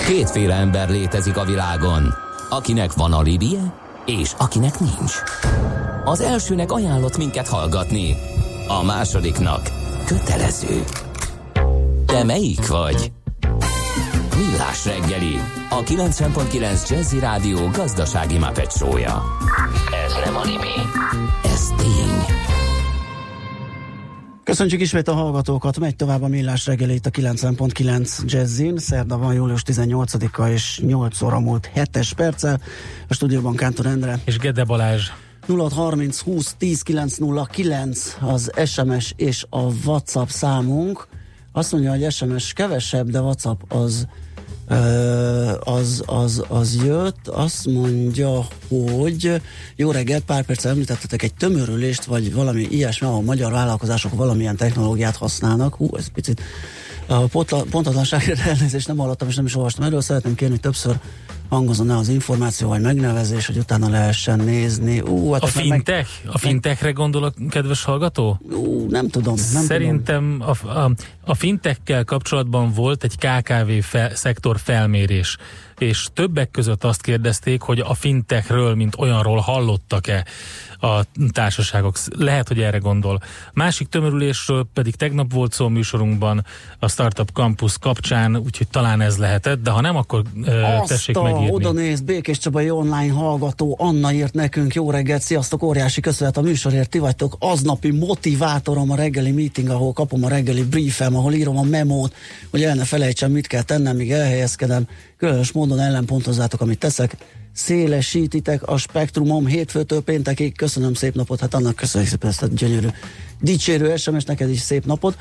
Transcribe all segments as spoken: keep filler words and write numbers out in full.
Kétféle ember létezik a világon, akinek van alibije, és akinek nincs. Az elsőnek ajánlott minket hallgatni, a másodiknak kötelező. Te melyik vagy? Millás reggeli, a kilencven pont kilenc Jazzy Rádió gazdasági Muppet show-ja. Ez nem anime, ez tény. Köszönjük ismét a hallgatókat, megy tovább a Millás reggeli itt a kilencven pont kilenc Jazzin. Szerda van, július tizennyolcadika és nyolc óra múlt hetes perccel. A stúdióban Kántor Endre és Gede Balázs. nulla hat harminc húsz tíz kilenc nulla kilenc az es em es és a WhatsApp számunk. Azt mondja, hogy es em es kevesebb, de WhatsApp az Az, az, az jött, azt mondja, hogy jó reggelt, pár perccel említettetek egy tömörülést, vagy valami ilyesmi, ahol magyar vállalkozások valamilyen technológiát használnak. Hú, ez picit a pontatlanságért elnézést, nem hallottam és nem is olvastam erről. Szeretném kérni, hogy többször hangozon el az információ, vagy megnevezés, hogy utána lehessen nézni. Ú, hát a fintech? Meg... A fintechre gondol a kedves hallgató? Ú, nem tudom. Nem Szerintem tudom. A, a, a fintechkel kapcsolatban volt egy ká ká vé fe, szektor felmérés, és többek között azt kérdezték, hogy a fintechről, mint olyanról hallottak-e a társaságok. Lehet, hogy erre gondol. Másik tömörülésről pedig tegnap volt szó műsorunkban a Startup Campus kapcsán, úgyhogy talán ez lehetett, de ha nem, akkor uh, tessék megírni. Oda néz, Békés Csabai online hallgató Anna írt nekünk, jó reggelt, sziasztok, óriási köszönet a műsorért, ti vagytok aznapi motivátorom a reggeli meeting, ahol kapom a reggeli briefem, ahol írom a memót, hogy el ne felejtsem, mit kell tennem, míg elhelyezkedem, különös módon ellenpontozzátok, amit teszek, szélesítitek a spektrumom hétfőtől péntekig. Köszönöm, szép napot. Hát annak köszönjük szépen ezt a gyönyörű dicsérő es em es, neked is szép napot.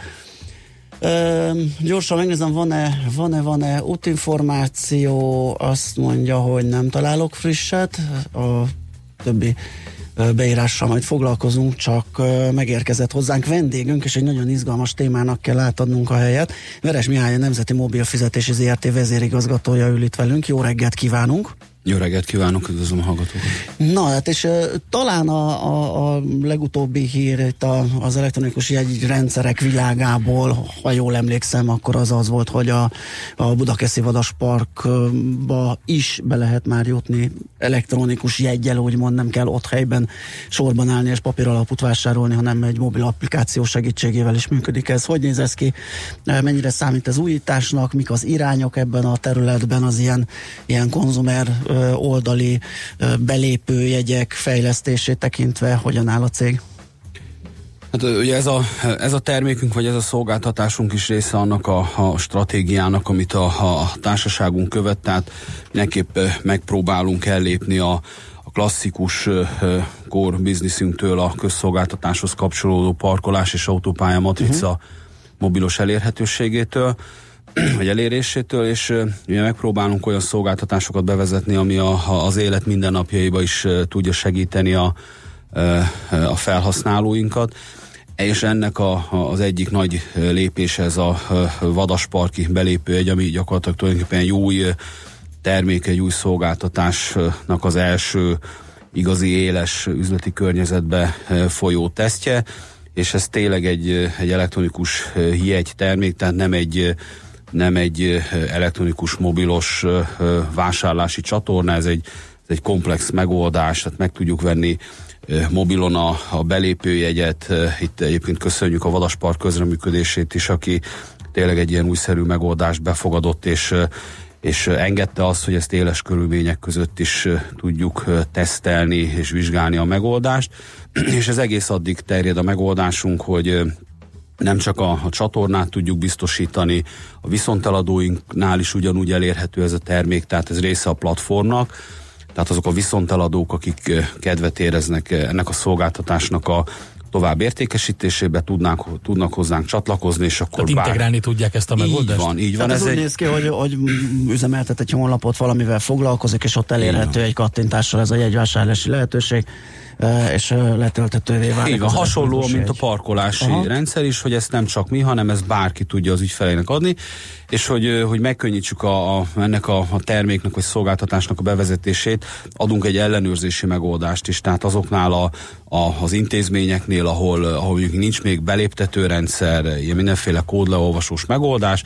Üm, gyorsan megnézem, van-e, van-e, van-e útinformáció, azt mondja, hogy nem találok frisset, a többi beírással majd foglalkozunk, csak megérkezett hozzánk vendégünk, és egy nagyon izgalmas témának kell átadnunk a helyet. Veres Mihály, a Nemzeti Mobil Fizetési zé er té vezérigazgatója ül itt velünk. Jó reggelt kívánunk! Jó reggelt kívánok, üdvözlöm a hallgatókat! Na hát, és uh, talán a, a, a legutóbbi hír itt a, az elektronikus jegyrendszerek világából, ha jól emlékszem, akkor az az volt, hogy a, a Budakeszi Vadasparkba is be lehet már jutni elektronikus jeggyel, úgymond nem kell ott helyben sorban állni és papíralapút vásárolni, hanem egy mobil applikáció segítségével is működik ez. Hogy néz ez ki? Mennyire számít ez újításnak? Mik az irányok ebben a területben az ilyen, ilyen konzumer oldali belépőjegyek fejlesztését tekintve, hogyan áll a cég? Hát ugye ez a, ez a termékünk, vagy ez a szolgáltatásunk is része annak a, a stratégiának, amit a, a társaságunk követ, tehát mindenképp megpróbálunk ellépni a, a klasszikus core businessünktől a közszolgáltatáshoz kapcsolódó parkolás és autópálya matrica uh-huh. mobilos elérhetőségétől, vagy elérésétől, és uh, ugye megpróbálunk olyan szolgáltatásokat bevezetni, ami a, a, az élet mindennapjaiba is uh, tudja segíteni a, uh, a felhasználóinkat, és ennek a, a, az egyik nagy lépés ez a uh, vadasparki belépőjegy, ami gyakorlatilag tulajdonképpen egy új termék, egy új szolgáltatásnak az első igazi éles üzleti környezetbe uh, folyó tesztje, és ez tényleg egy, egy elektronikus jegy termék, tehát nem egy nem egy elektronikus mobilos vásárlási csatorna, ez egy, ez egy komplex megoldás, tehát meg tudjuk venni mobilon a, a belépőjegyet. Itt egyébként köszönjük a Vadaspark közreműködését is, aki tényleg egy ilyen újszerű megoldást befogadott, és, és engedte azt, hogy ezt éles körülmények között is tudjuk tesztelni és vizsgálni a megoldást, és ez egész addig terjed a megoldásunk, hogy nem csak a, a csatornát tudjuk biztosítani, a viszonteladóinknál is ugyanúgy elérhető ez a termék, tehát ez része a platformnak, tehát azok a viszonteladók, akik kedvet éreznek ennek a szolgáltatásnak a tovább értékesítésébe, tudnánk, tudnak hozzánk csatlakozni, és akkor tehát integrálni bár... tudják ezt a megoldást? Így van, így van. Tehát ez, ez úgy egy... néz ki, hogy, hogy üzemeltet egy honlapot, valamivel foglalkozik, és ott elérhető egy kattintással ez a jegyvásárlási lehetőség, és letöltetővé válik. Igen, hasonló, mint a parkolási Aha. rendszer is, hogy ezt nem csak mi, hanem ezt bárki tudja az ügyfeleinek adni, és hogy, hogy megkönnyítsük a, a, ennek a, a terméknek vagy szolgáltatásnak a bevezetését, adunk egy ellenőrzési megoldást is, tehát azoknál a, a, az intézményeknél, ahol, ahol nincs még beléptető rendszer, ilyen mindenféle kódleolvasós megoldás,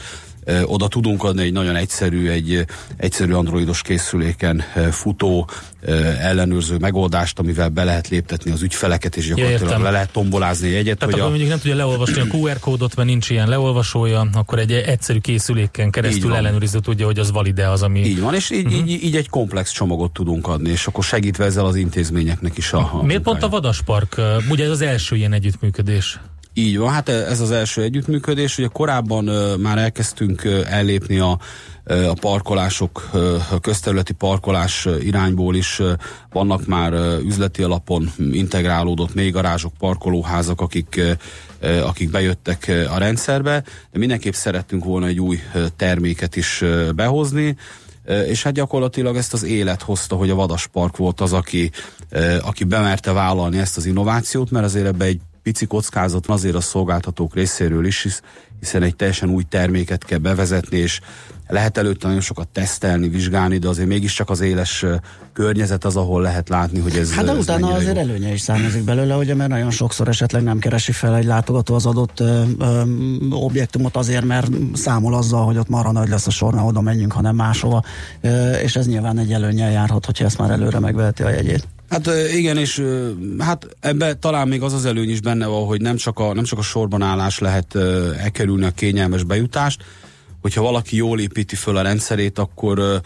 oda tudunk adni egy nagyon egyszerű, egy egyszerű androidos készüléken futó ellenőrző megoldást, amivel be lehet léptetni az ügyfeleket, és gyakorlatilag ja, le lehet tombolázni egyet. Tehát hogy akkor a... mondjuk nem tudja leolvasni a kú er kódot, mert nincs ilyen leolvasója, akkor egy egyszerű készüléken keresztül ellenőriző tudja, hogy az valide az, ami... Így van, és így, uh-huh. így, így egy komplex csomagot tudunk adni, és akkor segítve ezzel az intézményeknek is a... a Miért pont a Vadaspark? Ugye ez az első ilyen együttműködés? Így van, hát ez az első együttműködés. Ugye korábban uh, már elkezdtünk uh, ellépni a, uh, a parkolások, uh, a közterületi parkolás uh, irányból is. Uh, vannak már uh, üzleti alapon integrálódott mélygarázsok, parkolóházak, akik, uh, uh, akik bejöttek uh, a rendszerbe, de mindenképp szerettünk volna egy új uh, terméket is uh, behozni, uh, és hát gyakorlatilag ezt az élet hozta, hogy a Vadaspark volt az, aki, uh, aki bemerte vállalni ezt az innovációt, mert azért ebbe egy pici kockázat azért a szolgáltatók részéről is, hiszen egy teljesen új terméket kell bevezetni, és lehet előtte nagyon sokat tesztelni, vizsgálni, de azért mégiscsak az éles környezet az, ahol lehet látni, hogy ez... Hát de ez utána azért jó. Előnye is származik belőle, ugye, mert nagyon sokszor esetleg nem keresi fel egy látogató az adott ö, ö, objektumot azért, mert számol azzal, hogy ott marha nagy lesz a sor, ne oda menjünk, hanem máshova, ö, és ez nyilván egy előnnyel járhat, hogyha ezt már előre megveheti a jegyét. Hát igen, és hát ebben talán még az az előny is benne van, hogy nem csak a, nem csak a sorban állás lehet elkerülni a kényelmes bejutást, hogyha valaki jól építi föl a rendszerét, akkor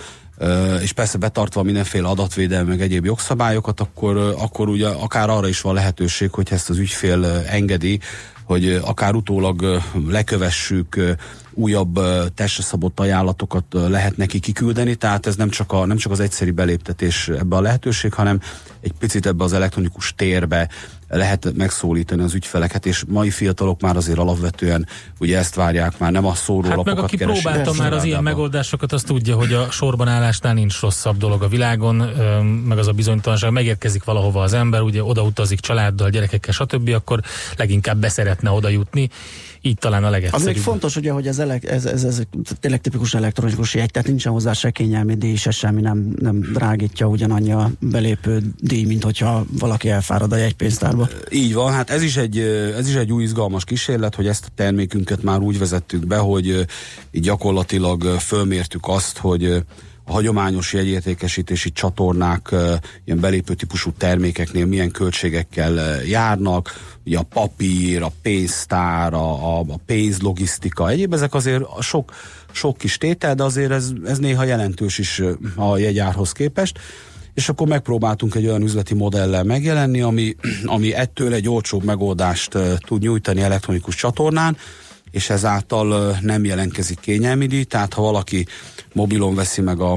és persze betartva mindenféle adatvédelmi meg egyéb jogszabályokat, akkor, akkor ugye akár arra is van lehetőség, hogy ezt az ügyfél engedi, hogy akár utólag lekövessük, újabb testre szabott ajánlatokat lehet neki kiküldeni, tehát ez nem csak, a, nem csak az egyszeri beléptetés ebbe a lehetőség, hanem egy picit ebbe az elektronikus térbe lehet megszólítani az ügyfeleket, és mai fiatalok már azért alapvetően ugye ezt várják, már nem a szórólapokat keresik. Hát meg aki keresik. próbálta már az ilyen megoldásokat, azt tudja, hogy a sorban állásnál nincs rosszabb dolog a világon, meg az a bizonytalanság, megérkezik valahova az ember, ugye odautazik családdal, gyerekekkel, stb., akkor leginkább beszeretne oda jutni. Így talán a legegyszerűbb. Az még fontos, ugye, hogy ez, elek, ez, ez, ez tényleg tipikus elektronikus jegy, tehát nincsen hozzá se kényelmi díj, se semmi nem, nem drágítja ugyanannyi a belépő díj, mint hogyha valaki elfárad a jegypénztárba. Így van, hát ez is egy, ez is egy új izgalmas kísérlet, hogy ezt a termékünket már úgy vezettük be, hogy így gyakorlatilag fölmértük azt, hogy a hagyományos jegyértékesítési csatornák ilyen belépő típusú termékeknél milyen költségekkel járnak, ugye a papír, a pénztár, a, a pénzlogisztika, egyéb ezek azért sok, sok kis tétel, de azért ez, ez néha jelentős is a jegyárhoz képest, és akkor megpróbáltunk egy olyan üzleti modellel megjelenni, ami, ami ettől egy olcsóbb megoldást tud nyújtani elektronikus csatornán, és ezáltal nem jelentkezik kényelmi díj, tehát ha valaki mobilon veszi meg a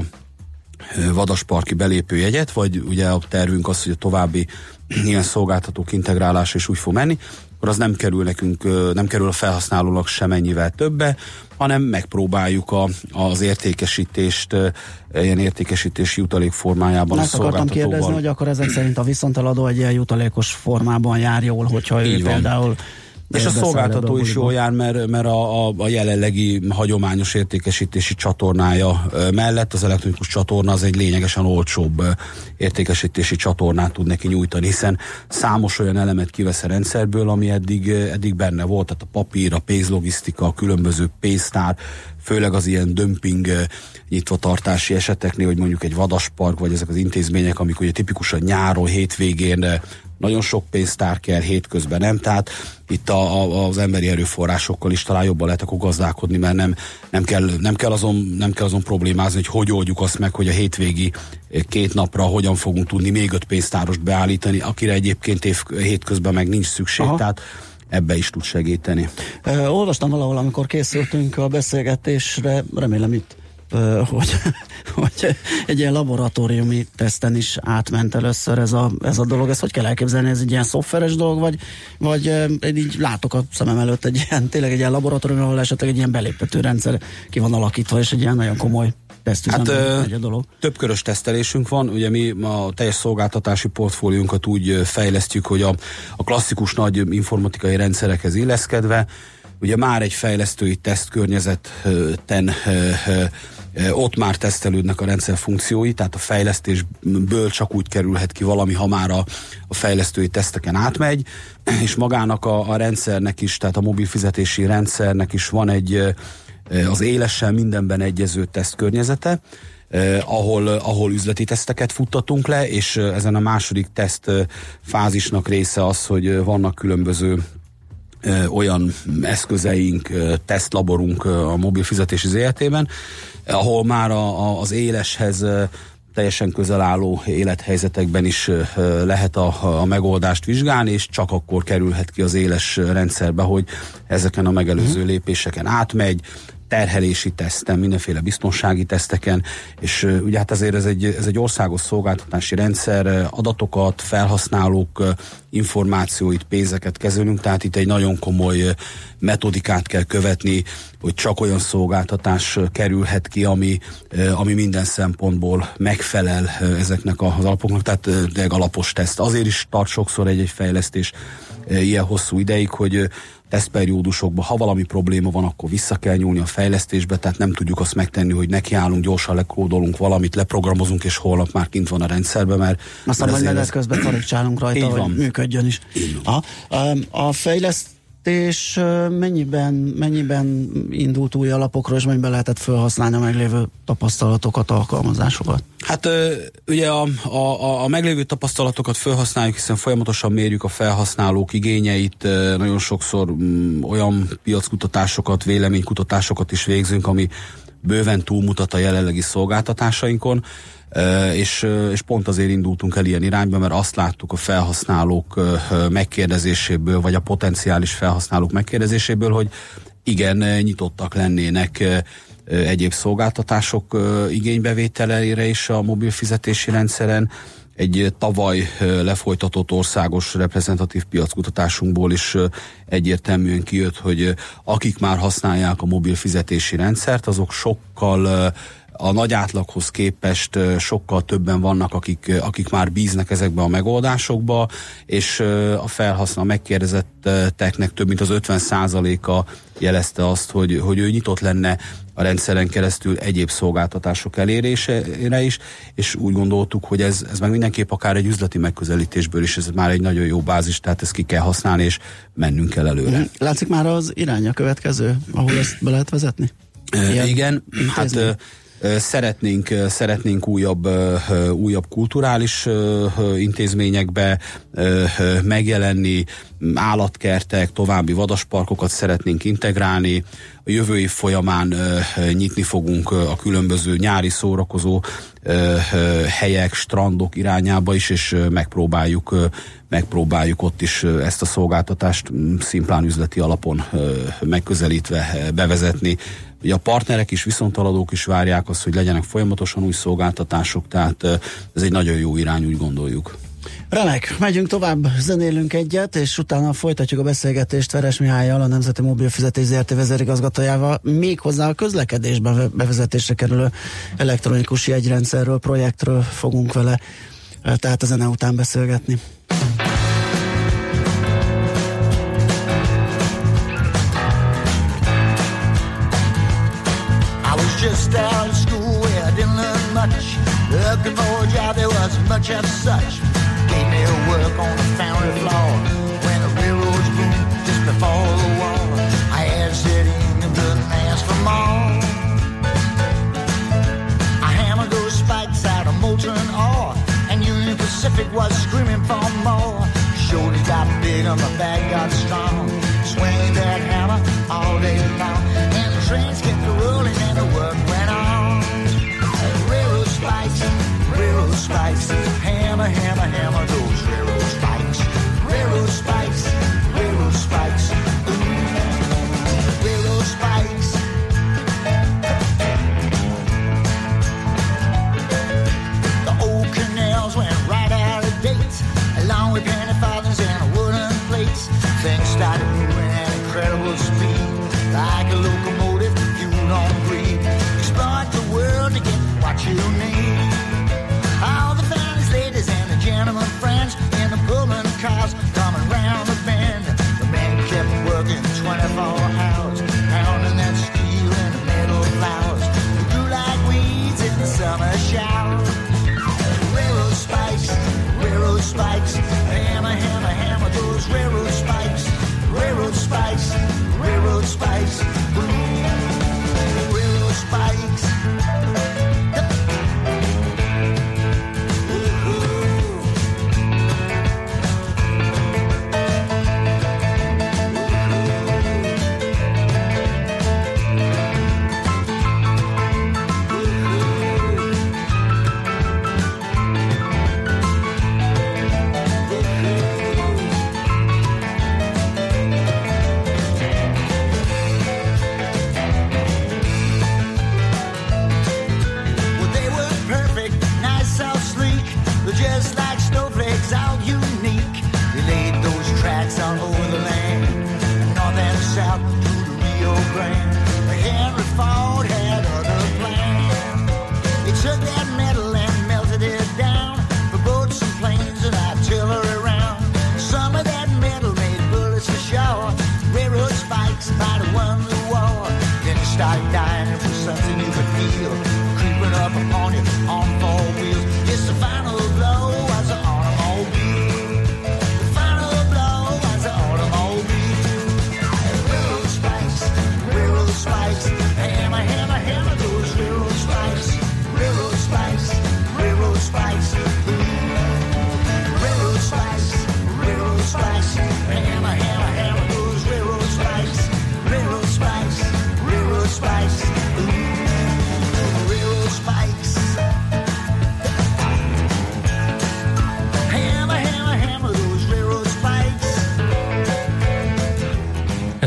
vadasparki belépőjegyet, vagy ugye a tervünk az, hogy a további ilyen szolgáltatók integrálása is úgy fog menni, akkor az nem kerül nekünk, nem kerül a felhasználónak semennyivel többe, hanem megpróbáljuk a, az értékesítést ilyen értékesítési jutalék formájában Ezt a szolgáltatóval. akartam kérdezni, hogy akkor ezek szerint a viszonteladó egy ilyen jutalékos formában jár jól, hogyha ő például és a szolgáltató is jól jár, mert, mert a, a, a jelenlegi hagyományos értékesítési csatornája mellett az elektronikus csatorna az egy lényegesen olcsóbb értékesítési csatornát tud neki nyújtani, hiszen számos olyan elemet kivesz a rendszerből, ami eddig, eddig benne volt, tehát a papír, a pénzlogisztika, a különböző pénztár, főleg az ilyen dömping nyitvatartási eseteknél, hogy mondjuk egy vadaspark, vagy ezek az intézmények, amik ugye tipikusan nyáron, hétvégén nagyon sok pénztár kell, hétközben nem, tehát itt a, a, az emberi erőforrásokkal is talán jobban lehet akkor gazdálkodni, mert nem, nem, kell, nem, kell azon, nem kell azon problémázni, hogy hogy oldjuk azt meg, hogy a hétvégi két napra hogyan fogunk tudni még öt pénztárost beállítani, akire egyébként év, hétközben meg nincs szükség, Aha. tehát ebbe is tud segíteni. Ö, olvastam valahol, amikor készültünk a beszélgetésre, remélem itt, ö, hogy, hogy egy ilyen laboratóriumi teszten is átment először ez a, ez a dolog. Ezt hogy kell elképzelni? Ez egy ilyen szoftveres dolog, vagy, vagy én így látok a szemem előtt egy ilyen, tényleg egy ilyen laboratórium, ahol esetleg egy ilyen beléptető rendszer ki van alakítva, és egy ilyen nagyon komoly Hát ö, több körös tesztelésünk van, ugye mi a teljes szolgáltatási portfóliónkat úgy fejlesztjük, hogy a, a klasszikus nagy informatikai rendszerekhez illeszkedve, ugye már egy fejlesztői tesztkörnyezeten ott már tesztelődnek a rendszer funkciói, tehát a fejlesztésből csak úgy kerülhet ki valami, ha már a, a fejlesztői teszteken átmegy, és magának a, a rendszernek is, tehát a mobil fizetési rendszernek is van egy az élessel mindenben egyező tesztkörnyezete, Eh, ahol, ahol üzleti teszteket futtatunk le, és eh, ezen a második teszt eh, fázisnak része az, hogy eh, vannak különböző eh, olyan eszközeink, eh, tesztlaborunk eh, a mobil fizetési zé er té-ben, eh, ahol már a, a, az éleshez eh, teljesen közel álló élethelyzetekben is eh, lehet a, a megoldást vizsgálni, és csak akkor kerülhet ki az éles rendszerbe, hogy ezeken a megelőző uh-huh. lépéseken átmegy, terhelési teszten, mindenféle biztonsági teszteken, és uh, ugye hát azért ez egy, ez egy országos szolgáltatási rendszer, adatokat, felhasználók uh, információit, pénzeket kezelünk, tehát itt egy nagyon komoly uh, metodikát kell követni, hogy csak olyan szolgáltatás uh, kerülhet ki, ami, uh, ami minden szempontból megfelel uh, ezeknek az alapoknak, tehát uh, alapos teszt. Azért is tart sokszor egy-egy fejlesztés uh, ilyen hosszú ideig, hogy uh, tesztperiódusokban, ha valami probléma van, akkor vissza kell nyúlni a fejlesztésbe, tehát nem tudjuk azt megtenni, hogy nekiállunk, gyorsan lekódolunk valamit, leprogramozunk, és holnap már kint van a rendszerben, mert... Aztán majd menet közben tarikcsálunk rajta, hogy működjön is. A, a fejlesztés mennyiben, mennyiben indult új alapokról, és mennyiben lehetett felhasználni a meglévő tapasztalatokat, alkalmazásokat? Hát ugye a, a, a meglévő tapasztalatokat felhasználjuk, hiszen folyamatosan mérjük a felhasználók igényeit, nagyon sokszor m, olyan piackutatásokat, véleménykutatásokat is végzünk, ami bőven túlmutat a jelenlegi szolgáltatásainkon, és, és pont azért indultunk el ilyen irányba, mert azt láttuk a felhasználók megkérdezéséből, vagy a potenciális felhasználók megkérdezéséből, hogy igen, nyitottak lennének egyéb szolgáltatások igénybevételére is a mobil fizetési rendszeren. Egy tavaly lefolytatott országos reprezentatív piackutatásunkból is egyértelműen kijött, hogy akik már használják a mobil fizetési rendszert, azok sokkal a nagy átlaghoz képest sokkal többen vannak, akik, akik már bíznak ezekbe a megoldásokba, és a felhasználó megkérdezetteknek több mint az ötven százaléka jelezte azt, hogy, hogy ő nyitott lenne a rendszeren keresztül egyéb szolgáltatások elérésére is, és úgy gondoltuk, hogy ez, ez meg mindenképp akár egy üzleti megközelítésből is, ez már egy nagyon jó bázis, tehát ezt ki kell használni, és mennünk kell előre. Látszik már az irány a következő, ahol ezt be lehet vezetni? Ilyen igen, intézmény? hát Szeretnénk, szeretnénk újabb, újabb kulturális intézményekbe megjelenni, állatkertek, további vadasparkokat szeretnénk integrálni. A jövő év folyamán nyitni fogunk a különböző nyári szórakozó helyek, strandok irányába is, és megpróbáljuk, megpróbáljuk ott is ezt a szolgáltatást szimplán üzleti alapon megközelítve bevezetni. Ugye a partnerek is, viszontaladók is várják azt, hogy legyenek folyamatosan új szolgáltatások, tehát ez egy nagyon jó irány, úgy gondoljuk. Remek, megyünk tovább, zenélünk egyet, és utána folytatjuk a beszélgetést Veres Mihállyal, a Nemzeti Mobilfizetés zé er té vezérigazgatójával, méghozzá a közlekedésben bevezetésre kerülő elektronikus jegyrendszerről, projektről fogunk vele, tehát a zene után beszélgetni. Just out of school where I didn't learn much. Looking for a job, there wasn't much of such. Gave me a work on the foundry floor when the railroads boomed just before the war. I had to sit in and couldn't ask for more. I hammered those spikes out of molten ore, and Union Pacific was screaming for more. Shoulders got big and my back got strong. Swinging that hammer all day long, and the trains kept rolling and the work went on. Railroad spikes, railroad spikes, hammer, hammer, hammer those railroad spikes. Railroad spikes, railroad spikes, ooh, railroad spikes. The old canals went right out of date, along with penny farthings and wooden plates. Things started moving at incredible speed, like a locomotive fueled on greed. Exploit the world to get what you need. All the finest ladies and the gentlemen friends.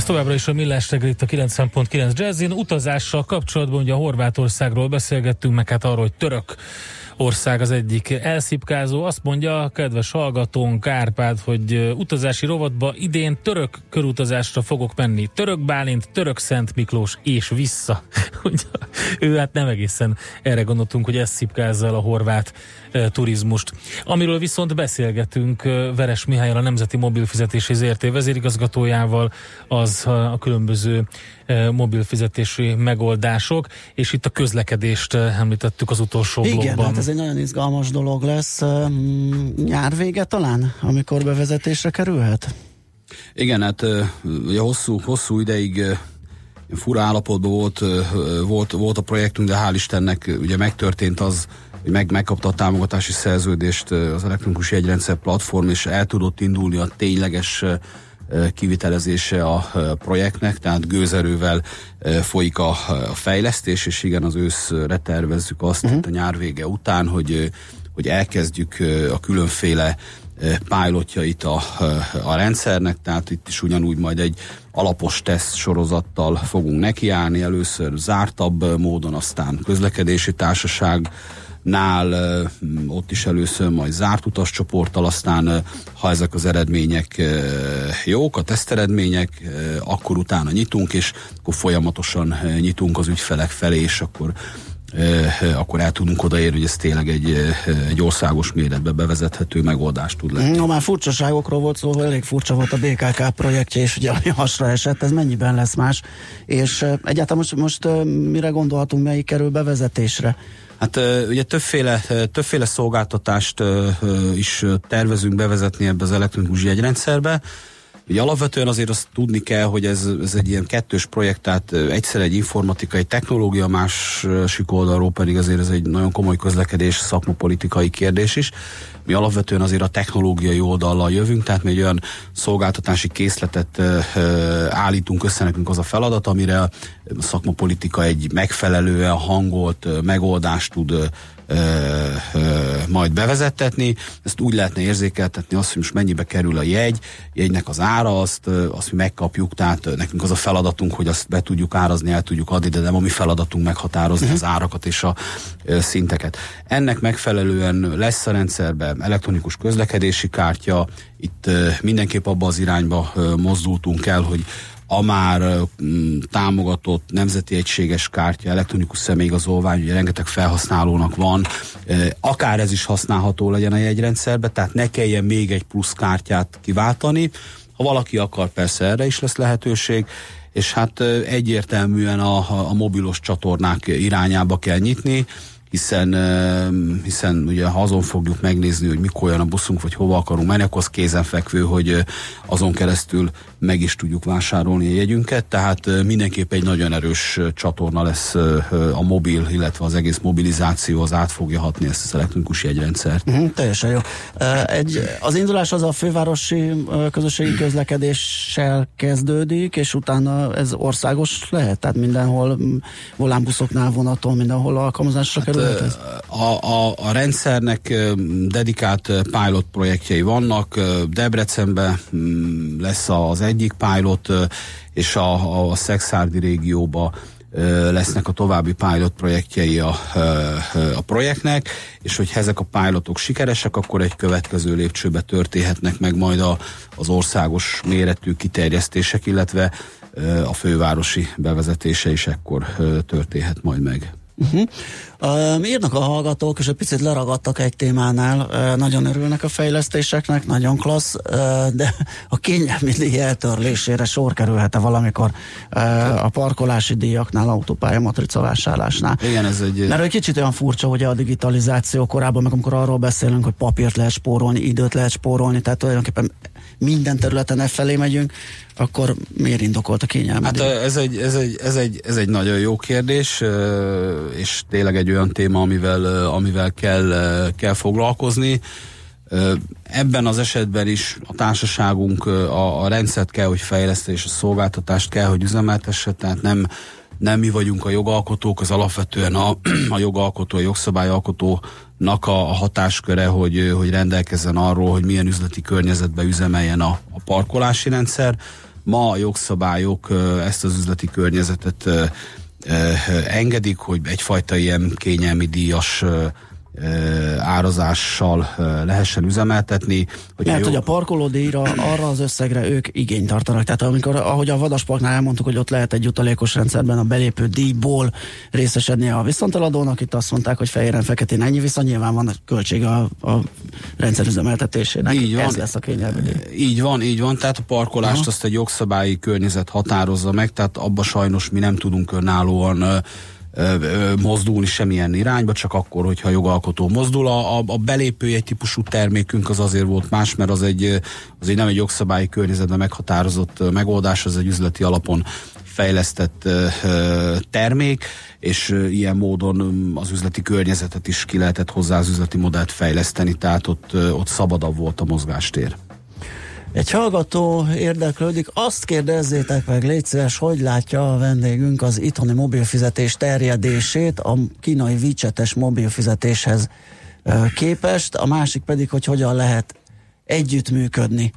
továbbra is a Millás reggel itt a kilencven pont kilenc Jazzin. Utazással kapcsolatban ugye a Horvátországról beszélgettünk, meg hát arról, hogy török ország az egyik elszipkázó. Azt mondja a kedves hallgatónk Árpád, hogy utazási rovatba idén török körutazásra fogok menni. Török Bálint, török Szent Miklós és vissza. Ő hát nem egészen erre gondoltunk, hogy ez szipkázza el a horvát e, turizmust. Amiről viszont beszélgetünk e, Veres Mihállyal, a Nemzeti Mobilfizetési zé er té vezérigazgatójával, az a, a különböző e, mobilfizetési megoldások, és itt a közlekedést e, említettük az utolsó Igen, blogban. Hát ez egy nagyon izgalmas dolog lesz. Nyár vége talán, amikor bevezetésre kerülhet? Igen, hát ugye hosszú, hosszú ideig fura állapotban volt, volt, volt a projektünk, de hál' Istennek ugye megtörtént az, hogy meg, megkapta a támogatási szerződést az elektronikus jegyrendszer platform, és el tudott indulni a tényleges kivitelezése a projektnek, tehát gőzerővel folyik a, a fejlesztés, és igen, az őszre tervezzük azt uh-huh. a nyár vége után, hogy, hogy elkezdjük a különféle pilotjait a, a rendszernek, tehát itt is ugyanúgy majd egy alapos teszt sorozattal fogunk nekiállni, először zártabb módon, aztán közlekedési társaság nál ott is először majd zárt utascsoporttal, aztán ha ezek az eredmények jók, a teszteredmények, akkor utána nyitunk, és akkor folyamatosan nyitunk az ügyfelek felé, és akkor akkor el tudunk odaérni, hogy ez tényleg egy, egy országos méretbe bevezethető megoldás tud lenni. No, már furcsaságokról volt szó, elég furcsa volt a bé ká ká projektje, és ugye ami hasra esett, ez mennyiben lesz más, és egyáltalán most, most mire gondolhatunk, melyik kerül bevezetésre? Hát ugye többféle, többféle szolgáltatást is tervezünk bevezetni ebbe az elektronikus jegyrendszerbe. Ugye alapvetően azért azt tudni kell, hogy ez, ez egy ilyen kettős projekt, tehát egyszer egy informatikai technológia, másik oldalról pedig azért ez egy nagyon komoly közlekedés, szakmapolitikai kérdés is. Mi alapvetően azért a technológiai oldallal jövünk, tehát mi egy olyan szolgáltatási készletet állítunk össze, nekünk az a feladat, amire a szakmapolitika egy megfelelően hangolt megoldást tud Ö, ö, majd bevezettetni. Ezt úgy lehetne érzékeltetni azt, hogy most mennyibe kerül a jegy, jegynek az ára, azt, azt mi megkapjuk, tehát nekünk az a feladatunk, hogy azt be tudjuk árazni, el tudjuk adni, de nem a mi feladatunk meghatározni uh-huh. az árakat és a ö, szinteket. Ennek megfelelően lesz a rendszerben elektronikus közlekedési kártya, itt ö, mindenképp abba az irányba ö, mozdultunk el, hogy a már mm, támogatott nemzeti egységes kártya, elektronikus személyigazolvány, ugye rengeteg felhasználónak van, e, akár ez is használható legyen a jegyrendszerbe, tehát ne kelljen még egy plusz kártyát kiváltani. Ha valaki akar, persze erre is lesz lehetőség, és hát egyértelműen a, a mobilos csatornák irányába kell nyitni, hiszen, hiszen ugye ha azon fogjuk megnézni, hogy mikor jön a buszunk, vagy hova akarunk menni, akkor az kézenfekvő, hogy azon keresztül meg is tudjuk vásárolni a jegyünket, tehát mindenképp egy nagyon erős csatorna lesz a mobil, illetve az egész mobilizáció, az át fogja hatni ezt az elektronikus jegyrendszert. Uh-huh, teljesen jó. Egy, az indulás az a fővárosi közösségi közlekedéssel kezdődik, és utána ez országos lehet? Tehát mindenhol volánbuszoknál, vonaton, mindenhol alkalmazásra kerül? Hát, a, a, a rendszernek dedikált pilot projektjei vannak. Debrecenben lesz az egyik pilot, és a, a Szekszárdi régióba lesznek a további pilot projektjei a, a projektnek, és hogy ezek a pilotok sikeresek, akkor egy következő lépcsőbe történhetnek meg majd a, az országos méretű kiterjesztések, illetve a fővárosi bevezetése is ekkor történhet majd meg. Uh-huh. Uh, írnak a hallgatók, és egy picit leragadtak egy témánál, uh, nagyon örülnek a fejlesztéseknek, nagyon klassz, uh, de a kényelmi díj eltörlésére sor kerülhet-e valamikor uh, a parkolási díjaknál, autópálya matrica vásárlásnál? Igen, ez egy... Mert egy kicsit olyan furcsa, hogy a digitalizáció korában, meg amikor arról beszélünk, hogy papírt lehet spórolni, időt lehet spórolni, tehát tulajdonképpen minden területen e felé megyünk, akkor miért indokolt a kényelmi Hát díj? ez egy, ez, egy, ez, egy, ez egy nagyon jó kérdés, és tényleg egy olyan téma, amivel, amivel kell, kell foglalkozni. Ebben az esetben is a társaságunk a, a rendszert kell, hogy fejleszte, és a szolgáltatást kell, hogy üzemeltesse, tehát nem, nem mi vagyunk a jogalkotók, az alapvetően a, a jogalkotó, a jogszabályalkotónak a, a hatásköre, hogy, hogy rendelkezzen arról, hogy milyen üzleti környezetben üzemeljen a, a parkolási rendszer. ma a jogszabályok ezt az üzleti környezetet engedik, hogy egyfajta ilyen kényelmi díjas árazással lehessen üzemeltetni. Mert jó... hogy a parkolódíjra arra az összegre ők igényt tartanak. Tehát amikor, ahogy a Vadasparknál elmondtuk, hogy ott lehet egy jutalékos rendszerben a belépő díjból részesedni a viszonteladónak, itt azt mondták, hogy fehéren-feketén ennyi, viszont nyilván van költség a, a rendszer üzemeltetésének. Így van. Ez lesz a kényelmi díj. Így van, így van. Tehát a parkolást Aha. azt egy jogszabályi környezet határozza meg, tehát abba sajnos mi nem tudunk önállóan mozdulni semmilyen irányba, csak akkor, hogyha a jogalkotó mozdul. A, a belépőjegy típusú termékünk az azért volt más, mert az egy, az egy nem egy jogszabályi környezetben meghatározott megoldás, az egy üzleti alapon fejlesztett termék, és ilyen módon az üzleti környezetet is ki lehetett hozzá az üzleti modellt fejleszteni, tehát ott, ott szabadabb volt a mozgástér. Egy hallgató érdeklődik, azt kérdezzétek meg, légy szíves, hogy látja a vendégünk az itthoni mobilfizetés terjedését a kínai WeChat-es mobilfizetéshez képest, a másik pedig, hogy hogyan lehet együttműködni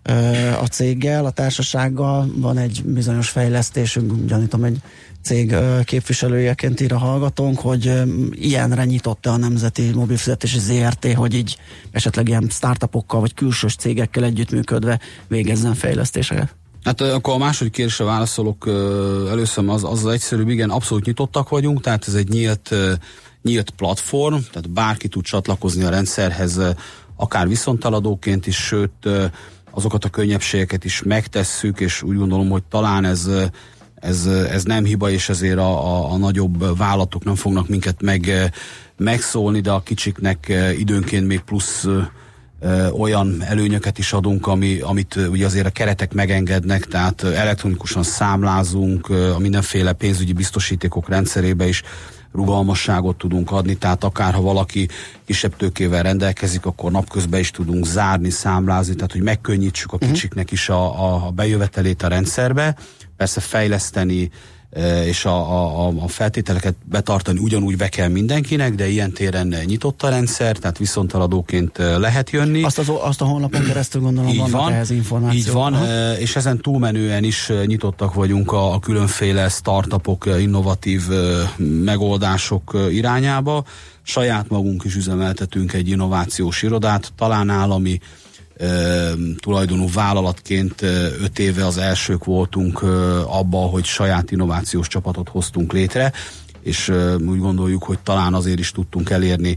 a céggel, a társasággal. Van egy bizonyos fejlesztésünk, gyanítom egy cég képviselőjeként ír a hallgatónk, hogy ilyenre nyitotta a Nemzeti Mobilfizetési zé er té, hogy így esetleg ilyen startupokkal vagy külsős cégekkel együttműködve végezzen fejlesztéseket. Hát akkor a második kérdésre válaszolok először, az, az az egyszerűbb, igen, abszolút nyitottak vagyunk, tehát ez egy nyílt, nyílt platform, tehát bárki tud csatlakozni a rendszerhez, akár viszonteladóként is, sőt azokat a könnyebbségeket is megtesszük, és úgy gondolom, hogy talán ez Ez, ez nem hiba, és ezért a, a, a nagyobb vállalatok nem fognak minket meg, megszólni, de a kicsiknek időnként még plusz ö, olyan előnyöket is adunk, ami, amit ugye azért a keretek megengednek, tehát elektronikusan számlázunk, a mindenféle pénzügyi biztosítékok rendszerébe is rugalmasságot tudunk adni, tehát akár ha valaki kisebb tőkével rendelkezik, akkor napközben is tudunk zárni, számlázni, tehát hogy megkönnyítsük a kicsiknek is a, a bejövetelét a rendszerbe. Persze fejleszteni és a, a, a feltételeket betartani ugyanúgy be kell mindenkinek, de ilyen téren nyitott a rendszer, tehát viszonteladóként lehet jönni. Azt, az, azt a honlapon keresztül gondolom így vannak van, ehhez információk. Így van, Aha. és ezen túlmenően is nyitottak vagyunk a, a különféle startupok, innovatív megoldások irányába. Saját magunk is üzemeltetünk egy innovációs irodát, talán állami Uh, tulajdonú vállalatként uh, öt éve az elsők voltunk uh, abba, hogy saját innovációs csapatot hoztunk létre, és uh, úgy gondoljuk, hogy talán azért is tudtunk elérni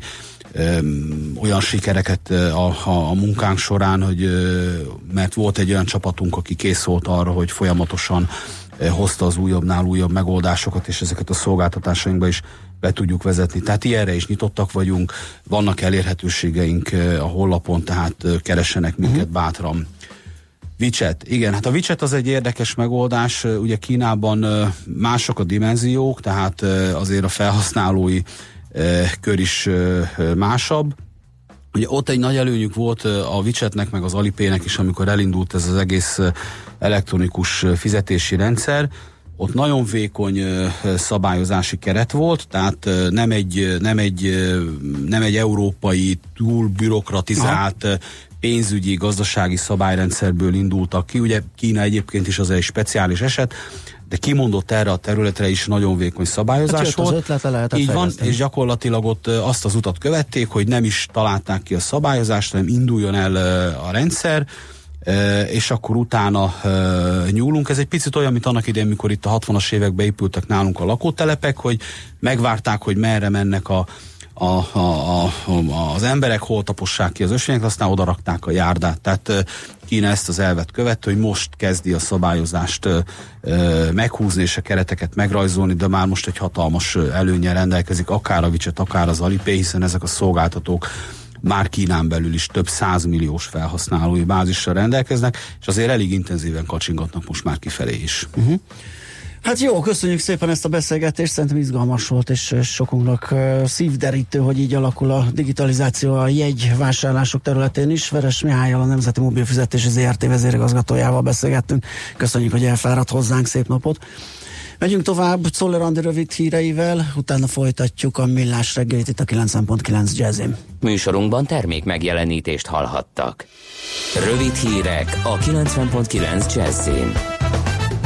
um, olyan sikereket uh, a, a, a munkánk során, hogy uh, mert volt egy olyan csapatunk, aki kész volt arra, hogy folyamatosan uh, hozta az újabbnál újabb megoldásokat, és ezeket a szolgáltatásainkba is be tudjuk vezetni. Tehát ilyenre is nyitottak vagyunk, vannak elérhetőségeink a honlapon, tehát keressenek minket uh-huh. bátran. WeChat, igen, hát a WeChat az egy érdekes megoldás, ugye Kínában mások a dimenziók, tehát azért a felhasználói kör is másabb. Ugye ott egy nagy előnyük volt a WeChatnek, meg az Alipaynek is, amikor elindult ez az egész elektronikus fizetési rendszer. Ott nagyon vékony uh, szabályozási keret volt, tehát uh, nem, egy, nem, egy, uh, nem egy európai, túl bürokratizált uh, pénzügyi, gazdasági szabályrendszerből indultak ki. Ugye Kína egyébként is az egy speciális eset, de kimondott erre a területre is nagyon vékony szabályozás hát volt. Az ötlete lehetett így van, fejleszteni. És gyakorlatilag ott uh, azt az utat követték, hogy nem is találták ki a szabályozást, hanem induljon el uh, a rendszer, Uh, és akkor utána uh, nyúlunk. Ez egy picit olyan, mint annak idején, mikor itt a hatvanas években épültek nálunk a lakótelepek, hogy megvárták, hogy merre mennek a, a, a, a, a, az emberek, hol tapossák ki az ösvényeket, aztán odarakták a járdát. Tehát uh, Kína ezt az elvet követte, hogy most kezdi a szabályozást uh, uh, meghúzni és a kereteket megrajzolni, de már most egy hatalmas előnnyel rendelkezik, akár a WeChat, akár az Alipay, hiszen ezek a szolgáltatók már Kínán belül is több százmilliós felhasználói bázissal rendelkeznek, és azért elég intenzíven kacsingatnak most már kifelé is. Uh-huh. Hát jó, köszönjük szépen ezt a beszélgetést, szerintem izgalmas volt, és sokunknak uh, szívderítő, hogy így alakul a digitalizáció a jegyvásárlások területén is. Veres Mihállyal, a Nemzeti Mobilfizetési zé er té vezérigazgatójával beszélgettünk. Köszönjük, hogy elfáradt hozzánk, szép napot! Megyünk tovább Czoller Andi rövid híreivel, utána folytatjuk a Millás reggelit itt a kilencven pont kilenc Jazzin. Műsorunkban termék megjelenítést hallhattak. Rövid hírek a kilencven pont kilenc Jazzin.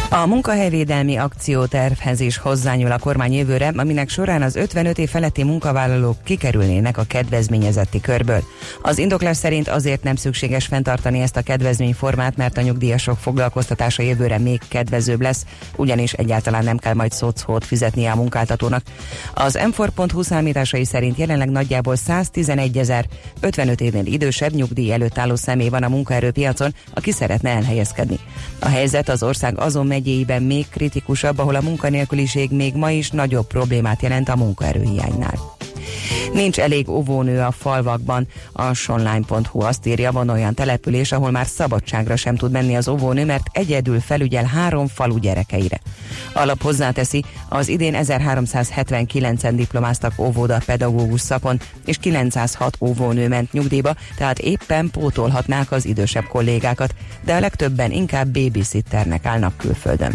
A munkahelyvédelmi akciótervhez is hozzányúl a kormány jövőre, aminek során az ötvenöt év feletti munkavállalók kikerülnének a kedvezményezetti körből. Az indoklás szerint azért nem szükséges fenntartani ezt a kedvezményformát, mert a nyugdíjasok foglalkoztatása jövőre még kedvezőbb lesz, ugyanis egyáltalán nem kell majd szocót fizetnie a munkáltatónak. Az em négy pont hu számításai szerint jelenleg nagyjából száztizenegyezer ötvenöt évnél idősebb nyugdíj előtt álló személy van a munkaerőpiacon, aki szeretne elhelyezkedni. A helyzet az ország azon megyéiben még kritikusabb, ahol a munkanélküliség még ma is nagyobb problémát jelent a munkaerőhiánynál. Nincs elég óvónő a falvakban. A sonline pont hu azt írja, van olyan település, ahol már szabadságra sem tud menni az óvónő, mert egyedül felügyel három falu gyerekeire. A lap hozzáteszi, az idén ezerháromszázhetvenkilencen diplomáztak óvoda pedagógus szakon, és kilencszázhat óvónő ment nyugdíjba, tehát éppen pótolhatnák az idősebb kollégákat, de a legtöbben inkább babysitternek állnak külföldön.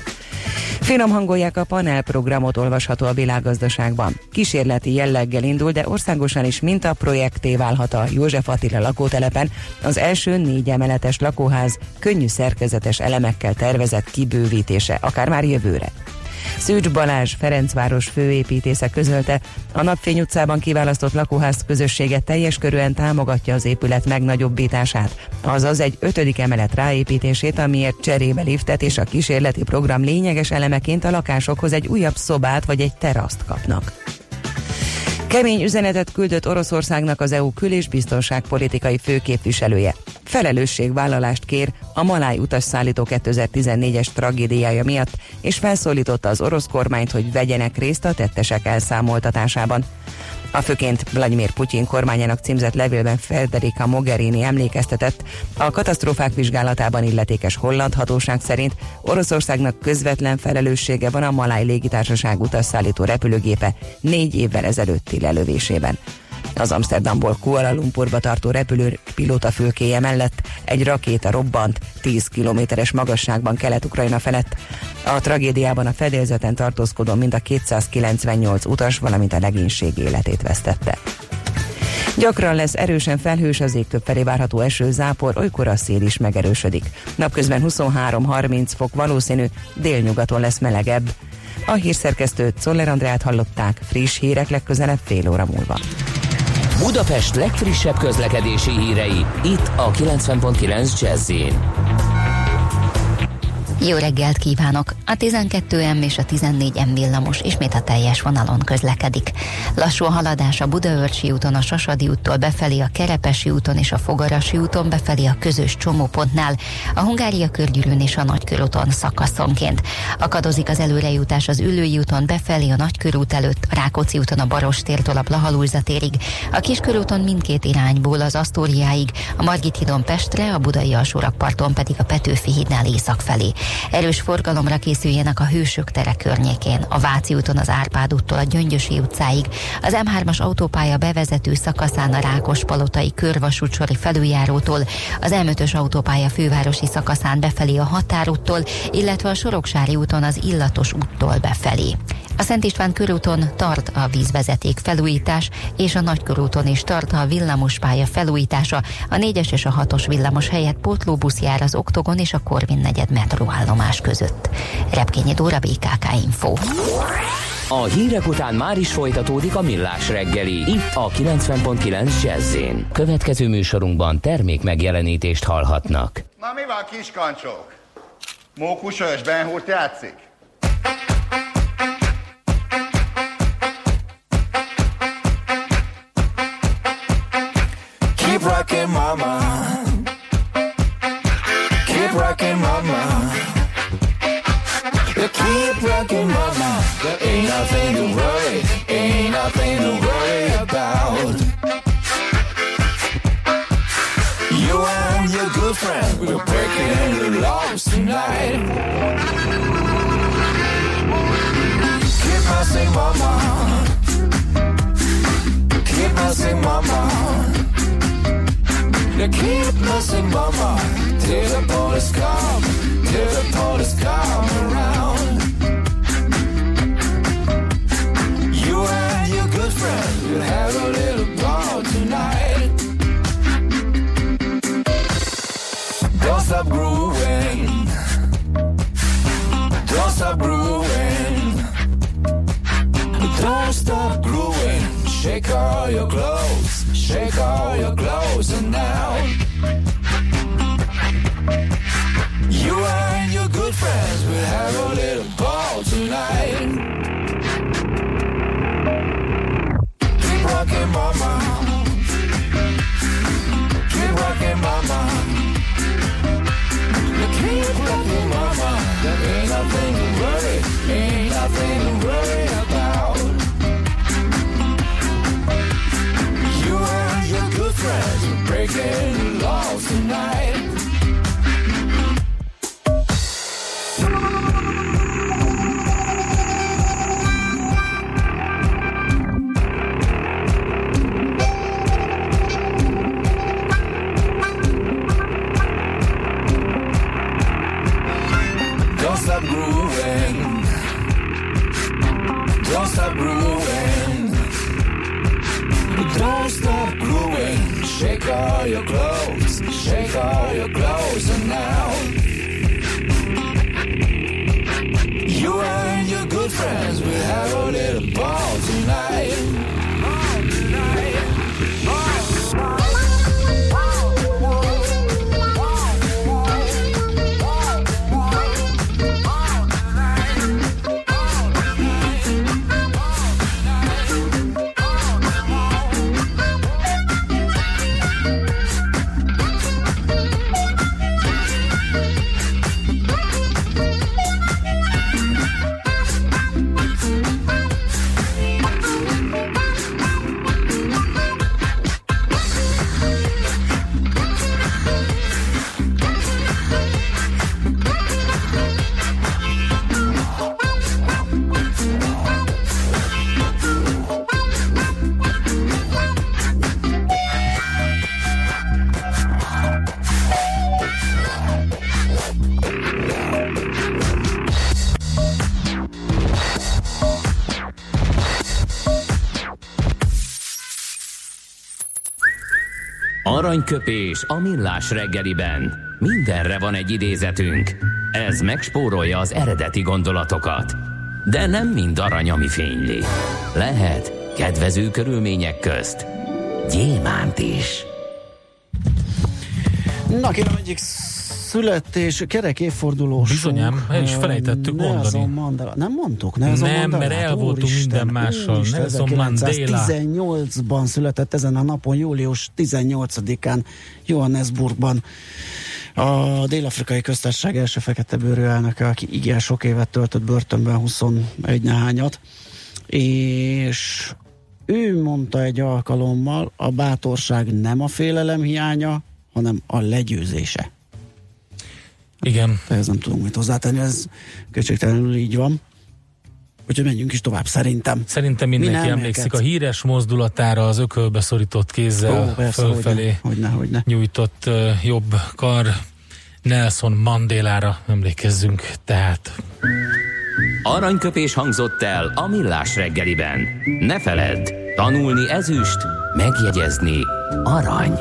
Finom hangolják a panelprogramot, olvasható a Világgazdaságban. Kísérleti jelleggel indul, de országosan is mintaprojekté válhat a József Attila lakótelepen. Az első négy emeletes lakóház könnyű szerkezetes elemekkel tervezett kibővítése, akár már jövőre. Szűcs Balázs, Ferencváros főépítésze közölte, a Napfény utcában kiválasztott lakóház közössége teljes körűen támogatja az épület megnagyobbítását, azaz egy ötödik emelet ráépítését, amiért cserébe liftet és a kísérleti program lényeges elemeként a lakásokhoz egy újabb szobát vagy egy teraszt kapnak. Kemény üzenetet küldött Oroszországnak az é u kül- és biztonságpolitikai főképviselője. Felelősségvállalást kér a maláj utasszállító kétezer-tizennégyes tragédiája miatt, és felszólította az orosz kormányt, hogy vegyenek részt a tettesek elszámoltatásában. A főként Vladimir Putyin kormányának címzett levélben Federica Mogherini emlékeztetett, a katasztrófák vizsgálatában illetékes holland hatóság szerint Oroszországnak közvetlen felelőssége van a maláj légitársaság utasszállító repülőgépe négy évvel ezelőtti lelövésében. Az Amsterdamból Kuala Lumpurba tartó repülő pilótafülkéje mellett egy rakéta robbant tíz kilométeres magasságban Kelet-Ukrajna felett. A tragédiában a fedélzeten tartózkodó mind a kétszázkilencvennyolc utas, valamint a legénység életét vesztette. Gyakran lesz erősen felhős, az égtöbb felé várható eső, zápor, olykor a szél is megerősödik. Napközben huszonhárom-harminc fok valószínű, délnyugaton lesz melegebb. A hírszerkesztőt, Czoller Andrát hallották, friss hírek legközelebb fél óra múlva. Budapest legfrissebb közlekedési hírei, itt a kilencven pont kilenc Jazz-in. Jó reggelt kívánok! A tizenkettő em és a tizennégy em villamos ismét a teljes vonalon közlekedik. Lassú a haladás a Budaörsi úton, a Sasadi úttól befelé, a Kerepesi úton és a Fogarasi úton befelé a közös csomópontnál, a Hungária körgyűrűn és a Nagykörúton szakaszonként. Akadozik az előrejutás az Üllői úton befelé, a Nagykörút előtt, a Rákóczi úton a Barostértől a Blaha-Lujza térig, a Kiskörúton mindkét irányból az Asztóriáig, a Margit hídon Pestre, a Budai alsórakparton pedig a Petőfi hídnál észak felé. Erős forgalomra készüljenek a Hősök tere környékén, a Váci úton az Árpád úttól a Gyöngyösi utcáig, az em hármas autópálya bevezető szakaszán a Rákospalotai körvasútsori felüljárótól, az em ötös autópálya fővárosi szakaszán befelé a Határúttól, illetve a Soroksári úton az Illatos úttól befelé. A Szent István körúton tart a vízvezeték felújítás, és a Nagykörúton is tart a villamospálya felújítása. A négyes és a hatos villamos helyett pótlóbusz jár az Oktogon és a Korvin negyed metróállomás között. Repkényi Dóra, bé ká ká Info. A hírek után már is folytatódik a Millás reggeli, itt a kilencven pont kilenc Jazz-in. Következő műsorunkban termék megjelenítést hallhatnak. Na mi van, kiskancsók? Mókusos Ben Hurt játszik? Keep rocking, mama. Keep rocking, mama. You keep rocking, mama. There ain't nothing to worry, ain't nothing to worry about. You and your good friend, we're breaking the laws tonight. Keep rocking, mama. Keep rocking, mama. You keep messing, mama, till the police come, till the police come around. You and your good friend will have a little ball tonight. Don't stop grooving. all your clothes, shake all your clothes, and now you and your good friends will have a little ball tonight. Keep rocking, mama. Keep rocking, mama. Keep rocking, mama. There ain't nothing to worry, ain't nothing to worry about. You and your good friends are breaking the laws tonight. Don't stop grooving. Don't stop grooving. Don't stop grooving. Shake all your clothes. Shake all your clothes. And now you and your good friends will have a little ball tonight. Ball tonight. Ball tonight. Aranyköpés a millás reggeliben. Mindenre van egy idézetünk. Ez megspórolja az eredeti gondolatokat. De nem mind arany, ami fényli. Lehet kedvező körülmények közt gyémánt is. Na kérem, egyik születés, kerek évfordulós. Bizonyám, el is felejtettük mondani. Mandela. Nem mondtuk? Nelson Nem, Mandela? mert el voltunk minden mással. Nelson Mandela. ezerkilencszáztizennyolcban született ezen a napon, július tizennyolcadikán Johannesburgban. A Dél-Afrikai Köztársaság első feketebőrű elnöke, aki igen sok évet töltött börtönben, huszonegy nehányat, és ő mondta egy alkalommal, a bátorság nem a félelem hiánya, hanem a legyőzése. Igen. Ez nem tudunk mit hozzátenni, ez kétségtelenül így van. Úgyhogy menjünk is tovább, szerintem. Szerintem mindenki Mi emlékszik elket? a híres mozdulatára, az ökölbe szorított kézzel Ó, persze, fölfelé hogyne, hogyne, hogyne. nyújtott uh, jobb kar. Nelson Mandelára emlékezzünk tehát. Aranyköpés hangzott el a millás reggeliben. Ne feledd, tanulni ezüst, megjegyezni arany.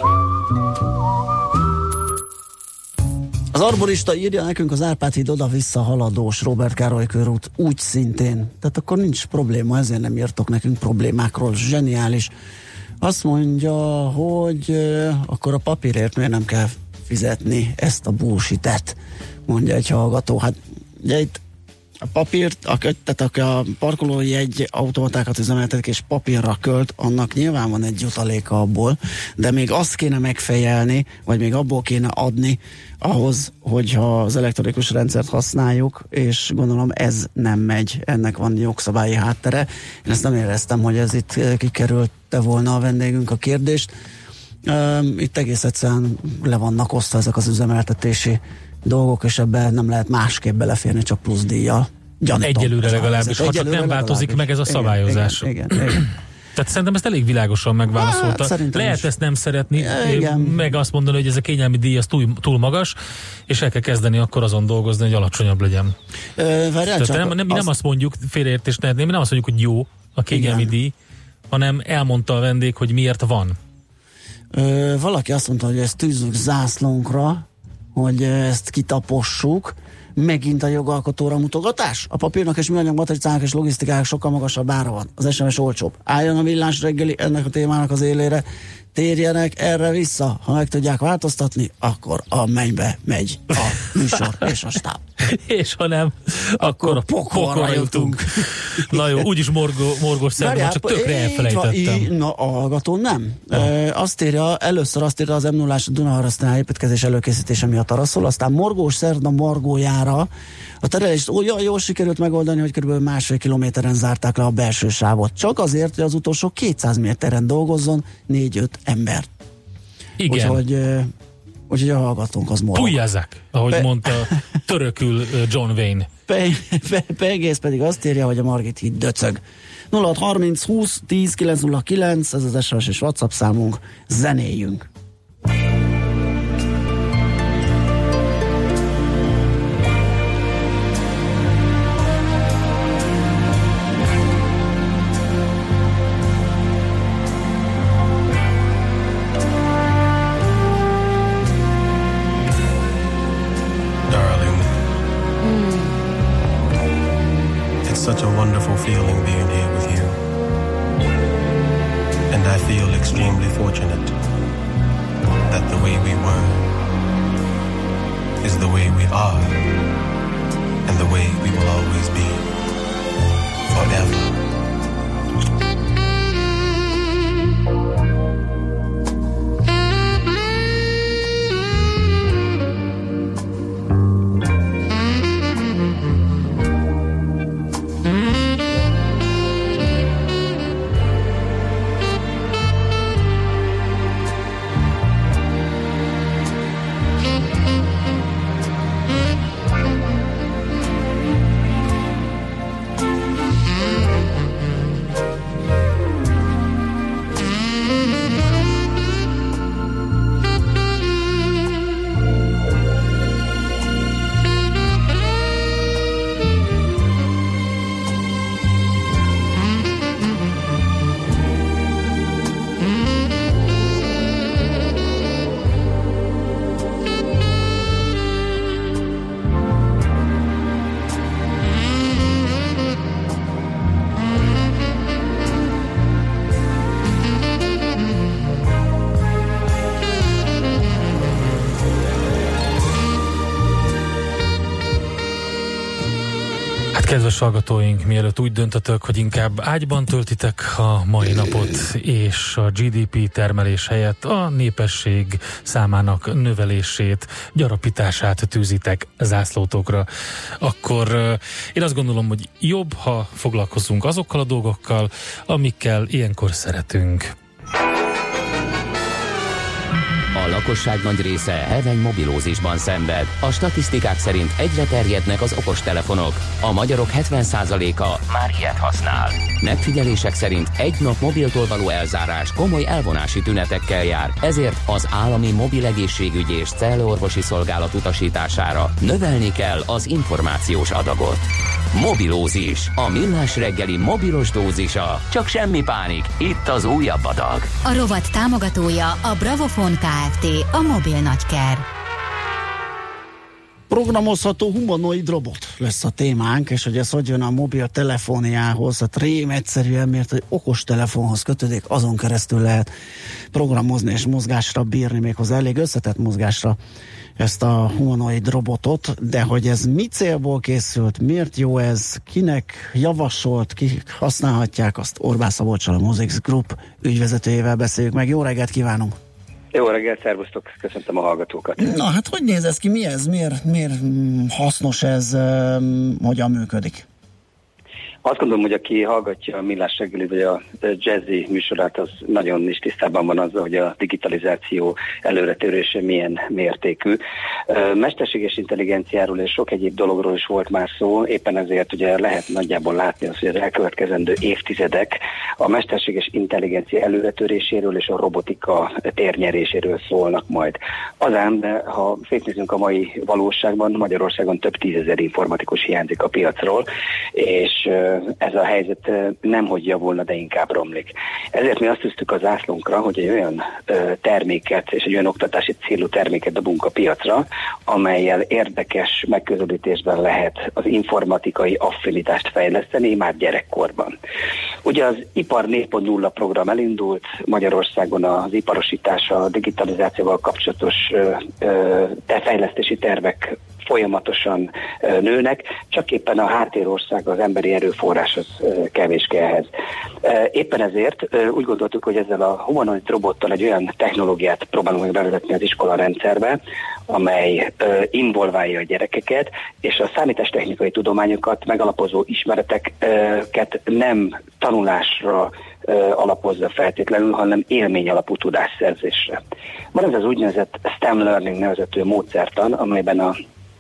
Az arborista írja nekünk, az Árpád híd oda-vissza haladós, Róbert Károly körút úgy szintén. Tehát akkor nincs probléma, ezért nem írtok nekünk problémákról. Zseniális. Azt mondja, hogy euh, akkor a papírért miért nem kell fizetni ezt a bullshit-et, mondja egy hallgató. Hát ugye itt a papírt, a, tehát aki a parkolói egy automatákat üzemeltetik és papírra költ, annak nyilván van egy jutaléka abból, de még azt kéne megfejelni, vagy még abból kéne adni ahhoz, hogyha az elektronikus rendszert használjuk, és gondolom ez nem megy, ennek van jogszabályi háttere. Én ezt nem éreztem, hogy ez itt kikerülte volna a vendégünk a kérdést. Itt egész egyszerűen le vannak osztva ezek az üzemeltetési dolgok, és ebbe nem lehet másképp beleférni, csak plusz díjjal. Gyanítom. Egyelőre legalábbis, ha csak nem változik meg ez a szabályozás. Igen, igen, igen. Tehát szerintem ezt elég világosan megválaszolta. Hát, lehet is. Ezt nem szeretni, igen. Meg azt mondani, hogy ez a kényelmi díj az túl, túl magas, és el kell kezdeni akkor azon dolgozni, hogy alacsonyabb legyen. Ö, Tehát nem, nem, mi az... nem azt mondjuk, félreértés ne, mi nem azt mondjuk, hogy jó a kényelmi igen. díj, hanem elmondta a vendég, hogy miért van. Ö, valaki azt mondta, hogy ezt tűzzük zászlónkra, hogy ezt kitapossuk, Megint a jogalkotóra mutogatás? A papírnak és műanyag matricának és logisztikának sokkal magasabb ára van. Az es em es olcsóbb. Álljon a Millás reggeli ennek a témának az élére. Térjenek erre vissza. Ha meg tudják változtatni, akkor a mennybe megy a műsor és a stáb. És ha nem, akkor, akkor pokolra jutunk. Na jó, úgyis morgó, morgós szerdán, csak tökre elfelejtettem. Na, a hallgató nem. E, azt írja, először azt írja az em nullás Dunaharasztnál építkezés előkészítése miatt arra szól, aztán morgós szerda margójára a terelést olyan jól sikerült megoldani, hogy kb. Másfél kilométeren zárták le a belső sávot. Csak azért, hogy az utolsó kétszáz méteren dolgozzon négy-öt ember. Igen. Úgyhogy, úgyhogy a hallgatónk az morgó. Pujjazák, ahogy Pe- mondta törökül John Wayne. Pegész pedig azt írja, hogy a Margit híd döcög. nulla hat harminc húsz tíz kilenc nulla kilenc, ez az es em es és WhatsApp számunk, zenéljünk. Such a wonderful feeling being here with you. And I feel extremely fortunate that the way we were is the way we are and the way we will always be forever. Kedves hallgatóink, mielőtt úgy döntötök, hogy inkább ágyban töltitek a mai napot, és a gé dé pé termelés helyett a népesség számának növelését, gyarapítását tűzitek zászlótokra, akkor én azt gondolom, hogy jobb, ha foglalkozunk azokkal a dolgokkal, amikkel ilyenkor szeretünk. A lakosság nagy része heveny mobilózisban szenved. A statisztikák szerint egyre terjednek az okostelefonok. A magyarok hetven százaléka már ilyet használ. Megfigyelések szerint egy nap mobiltól való elzárás komoly elvonási tünetekkel jár, ezért az állami mobil egészségügyi és cellorvosi szolgálat utasítására növelni kell az információs adagot. Mobilózis, a Millás reggeli mobilos dózisa. Csak semmi pánik, itt az újabb adag. A rovat támogatója a Bravofon Kft., a mobil nagyker. Programozható humanoid robot lesz a témánk, és hogy ez hogy jön a mobiltelefóniához, hát rém egyszerűen, mert egy okostelefonhoz kötődik, azon keresztül lehet programozni és mozgásra bírni, méghozzá elég összetett mozgásra ezt a humanoid robotot, de hogy ez mi célból készült, miért jó ez, kinek javasolt, kik használhatják, azt Orbán Szabolccsal, a Mozix Group ügyvezetőjével beszéljük meg. Jó reggelt kívánunk! Jó reggelt, szervusztok, köszöntöm a hallgatókat. Na hát hogy néz ez ki, mi ez, miért, miért hasznos ez, hogyan működik? Azt gondolom, hogy aki hallgatja a Millás reggeli vagy a Jazzy műsorát, az nagyon is tisztában van azzal, hogy a digitalizáció előretörése milyen mértékű. Mesterséges intelligenciáról és sok egyéb dologról is volt már szó, éppen ezért ugye lehet nagyjából látni azt, hogy az elkövetkezendő évtizedek a mesterséges intelligencia előretöréséről és a robotika térnyeréséről szólnak majd. Azán, de ha szétnézünk a mai valóságban, Magyarországon több tízezer informatikus hiányzik a piacról, és ez a helyzet nemhogy javulna, de inkább romlik. Ezért mi azt tűztük az zászlónkra, hogy egy olyan terméket és egy olyan oktatási célú terméket dobunk a piacra, amellyel érdekes megközelítésben lehet az informatikai affinitást fejleszteni már gyerekkorban. Ugye az Ipar négy pont nulla program elindult, Magyarországon az iparosítás, a digitalizációval kapcsolatos te fejlesztési tervek folyamatosan nőnek, csak éppen a háttérország, az emberi erőforrás az kevéske ehhez. Éppen ezért úgy gondoltuk, hogy ezzel a humanoid robottal egy olyan technológiát próbálunk meg bevezetni az iskola rendszerbe, amely involválja a gyerekeket, és a számítástechnikai tudományokat, megalapozó ismereteket nem tanulásra alapozza feltétlenül, hanem élmény alapú tudásszerzésre. Van ez az úgynevezett STEM Learning nevezető módszertan, amelyben a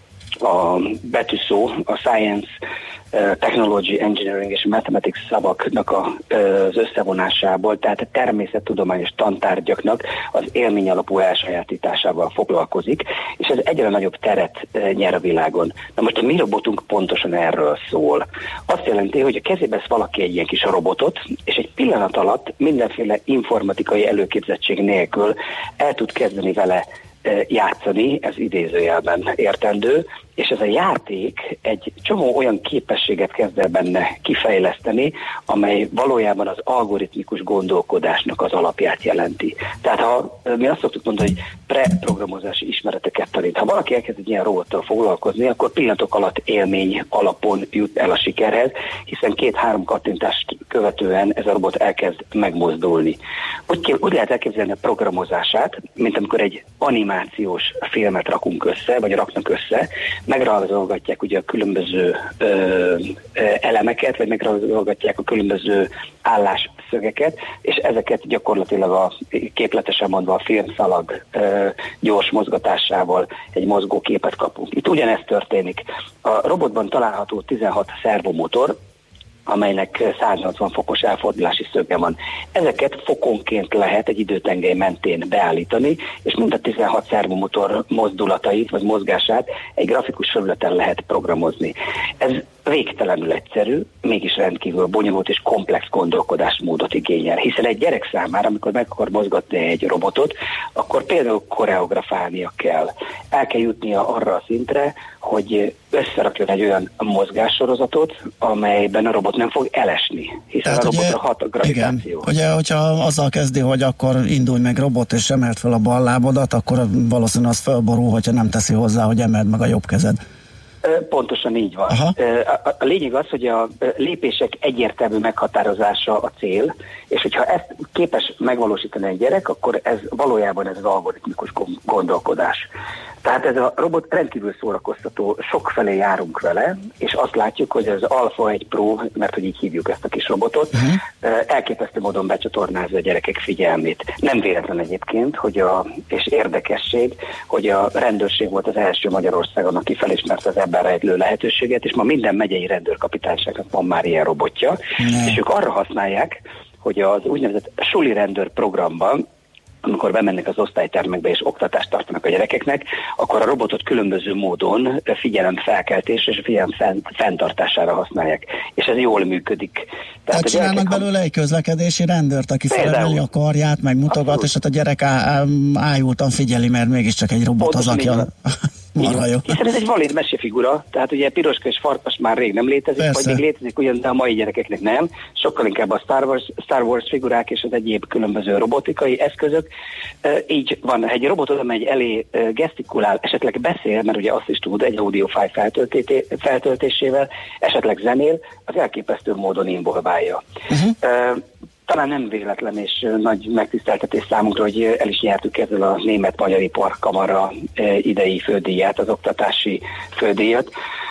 a betűszó, a Science, Technology, Engineering és Mathematics szavaknak az összevonásából, tehát a természettudományos tantárgyaknak az élmény alapú elsajátításával foglalkozik, és ez egyre nagyobb teret nyer a világon. Na most a mi robotunk pontosan erről szól. Azt jelenti, hogy a kezébe vesz valaki egy ilyen kis robotot, és egy pillanat alatt mindenféle informatikai előképzettség nélkül el tud kezdeni vele játszani, ez idézőjelben értendő, és ez a játék egy csomó olyan képességet kezd el benne kifejleszteni, amely valójában az algoritmikus gondolkodásnak az alapját jelenti. Tehát ha mi azt szoktuk mondani, hogy preprogramozási ismereteket tanít. Ha valaki elkezd egy ilyen robottal foglalkozni, akkor pillanatok alatt élmény alapon jut el a sikerhez, hiszen két-három kattintást követően ez a robot elkezd megmozdulni. Úgy, kell, úgy lehet elképzelni a programozását, mint amikor egy animációs filmet rakunk össze, vagy raknak össze, megrajzolgatják ugye a különböző ö, ö, elemeket, vagy megrajzolgatják a különböző állásszögeket, és ezeket gyakorlatilag a képletesen mondva a filmszalag ö, gyors mozgatásával egy mozgó képet kapunk. Itt ugyanezt történik. A robotban található tizenhat szervomotor, amelynek száznyolcvan fokos elfordulási szöge van. Ezeket fokonként lehet egy időtengely mentén beállítani, és mind a tizenhat szervomotor mozdulatait vagy mozgását egy grafikus felületen lehet programozni. Ez végtelenül egyszerű, mégis rendkívül bonyolult és komplex gondolkodásmódot igényel, hiszen egy gyerek számára, amikor meg akar mozgatni egy robotot, akkor például koreografálnia kell. El kell jutnia arra a szintre, hogy összerakjon egy olyan mozgássorozatot, amelyben a robot nem fog elesni, hiszen tehát a robotra hat a gravitáció. Igen, ugye, hogyha azzal kezdi, hogy akkor indulj meg robot, és emeld fel a bal lábodat, akkor valószínűleg az felborul, hogyha nem teszi hozzá, hogy emeld meg a jobb kezed. Pontosan így van. A, a lényeg az, hogy a lépések egyértelmű meghatározása a cél, és hogyha ezt képes megvalósítani egy gyerek, akkor ez valójában ez az algoritmikus gondolkodás. Tehát ez a robot rendkívül szórakoztató, sokfelé járunk vele, és azt látjuk, hogy az Alpha egy Pro, mert hogy így hívjuk ezt a kis robotot, uh-huh. elképesztő módon becsatornázza a gyerekek figyelmét. Nem véletlen egyébként, hogy a, és érdekesség, hogy a rendőrség volt az első Magyarországon, aki felismerte az ebben rejlő lehetőséget, és ma minden megyei rendőrkapitányságnak van már ilyen robotja, uh-huh. és ők arra használják, hogy az úgynevezett suli rendőr programban, amikor bemennek az osztálytermekbe és oktatást tartanak a gyerekeknek, akkor a robotot különböző módon figyelemfelkeltésre és figyelem fenntartására használják. És ez jól működik. Tehát, Tehát csinálnak belőle egy közlekedési rendőrt, aki felemeli a karját, meg mutogat, abszolút. És hát a gyerek á, ájultan figyeli, mert mégiscsak egy robot Pontosan az, aki a... Marha jó. Hiszen ez egy valid mesefigura, tehát ugye piroska és farkas már rég nem létezik, Persze. vagy még létezik ugyan, de a mai gyerekeknek nem. Sokkal inkább a Star Wars, Star Wars figurák és az egyéb különböző robotikai eszközök. E, így van, egy robot oda megy elé, e, gesztikulál, esetleg beszél, mert ugye azt is tud egy audiofáj feltöltésével, esetleg zenél, az elképesztő módon involválja. Uh-huh. E, Talán nem véletlen és nagy megtiszteltetés számunkra, hogy el is nyertük ezzel a Német-Magyar Iparkamara idei fődíját, az oktatási fődíjat,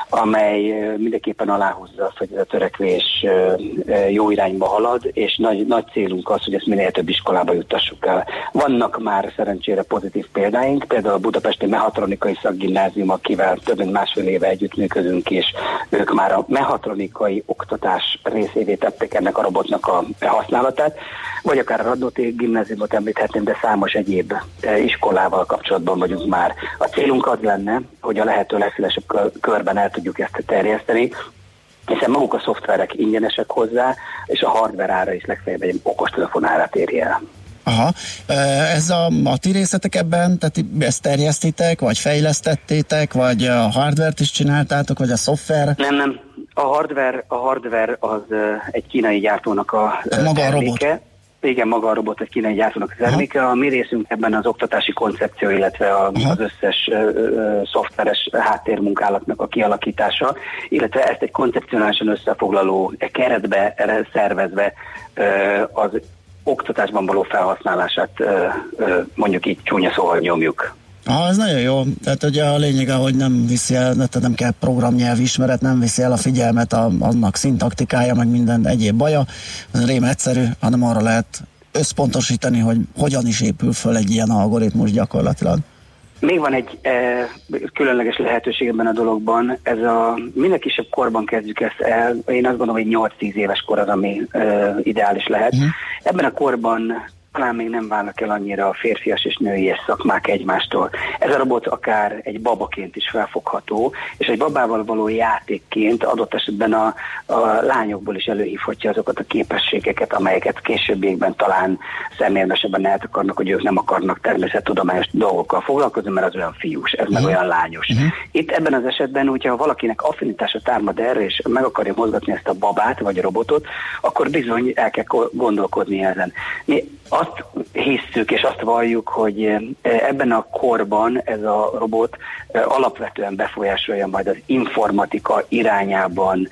amely mindenképpen aláhúzza azt, hogy ez a törekvés jó irányba halad, és nagy, nagy célunk az, hogy ezt minél több iskolába juttassuk el. Vannak már szerencsére pozitív példáink, például a Budapesti Mechatronikai Szakgimnázium, akivel több mint másfél éve együttműködünk, és ők már a mechatronikai oktatás részévé tették ennek a robotnak a használatát, vagy akár a Radnóti Gimnáziumot említhetném, de számos egyéb iskolával kapcsolatban vagyunk már. A célunk az lenne, hogy a lehető legszélesebb körben el tudjuk ezt terjeszteni, hiszen maguk a szoftverek ingyenesek hozzá, és a hardware ára is legfeljebb egy okostelefon árát éri el. Aha, ez a, a ti részletek ebben, tehát ezt terjesztitek, vagy fejlesztettétek, vagy a hardware-t is csináltátok, vagy a szoftver? Nem, nem. A hardware, a hardware az egy kínai gyártónak a maga terméke. A robot. Igen, maga a robot egy kínai gyártónak a terméke. Aha. A mi részünk ebben az oktatási koncepció, illetve a, az összes ö, ö, szoftveres háttérmunkálatnak a kialakítása, illetve ezt egy koncepcionálisan összefoglaló keretbe szervezve ö, az oktatásban való felhasználását ö, ö, mondjuk így csúnya szóval nyomjuk. Ah, ez nagyon jó. Tehát ugye a lényege, hogy nem viszi el, tehát nem kell programnyelv ismeret, nem viszi el a figyelmet a, annak szintaktikája, meg minden egyéb baja. Ez rém egyszerű, hanem arra lehet összpontosítani, hogy hogyan is épül föl egy ilyen algoritmus gyakorlatilag. Még van egy e, különleges lehetőség ebben a dologban, ez a minél kisebb korban kezdjük ezt el, én azt gondolom, hogy nyolc-tíz éves kor az, ami e, ideális lehet. Uh-huh. Ebben a korban talán még nem válnak el annyira a férfias és női szakmák egymástól. Ez a robot akár egy babaként is felfogható, és egy babával való játékként adott esetben a, a lányokból is előhívhatja azokat a képességeket, amelyeket későbbiekben talán szemérmesebben eltakarnak, hogy ők nem akarnak természettudományos dolgokkal foglalkozni, mert az olyan fiús, ez meg olyan lányos. Uh-huh. Itt ebben az esetben, hogyha valakinek affinitása támad erre, és meg akarja mozgatni ezt a babát, vagy a robotot, akkor bizony el kell gondolkodni ezen. Mi azt hisszük és azt valljuk, hogy ebben a korban ez a robot alapvetően befolyásolja majd az informatika irányában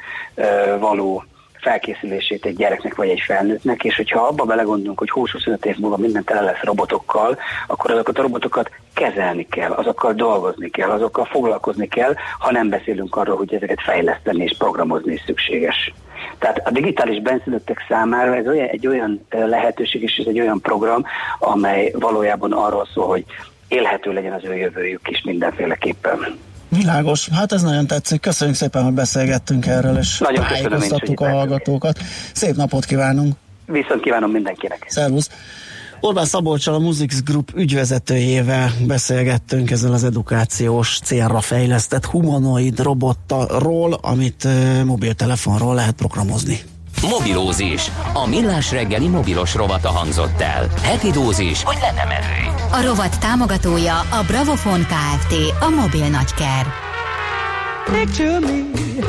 való felkészülését egy gyereknek vagy egy felnőttnek, és hogyha abba belegondolunk, hogy húsz-huszonöt év múlva minden tele lesz robotokkal, akkor azokat a robotokat kezelni kell, azokkal dolgozni kell, azokkal foglalkozni kell, ha nem beszélünk arról, hogy ezeket fejleszteni és programozni is szükséges. Tehát a digitális benszülöttek számára ez olyan, egy olyan lehetőség és ez egy olyan program, amely valójában arról szól, hogy élhető legyen az ő jövőjük is mindenféleképpen. Világos, hát ez nagyon tetszik. Köszönjük szépen, hogy beszélgettünk erről, és nagyon tájékoztattuk a hallgatókat. Szép napot kívánunk! Viszont kívánom mindenkinek! Szervusz! Orbán Szabolccsal, a Musix Group ügyvezetőjével beszélgettünk ezzel az edukációs célra fejlesztett humanoid robotról, amit uh, mobiltelefonról lehet programozni. Mobilózis. A millás reggeli mobilos rovata hangzott el. Heti dózis, hogy lenne merő. A rovat támogatója a Bravofon Kft. A mobil nagyker. Picture me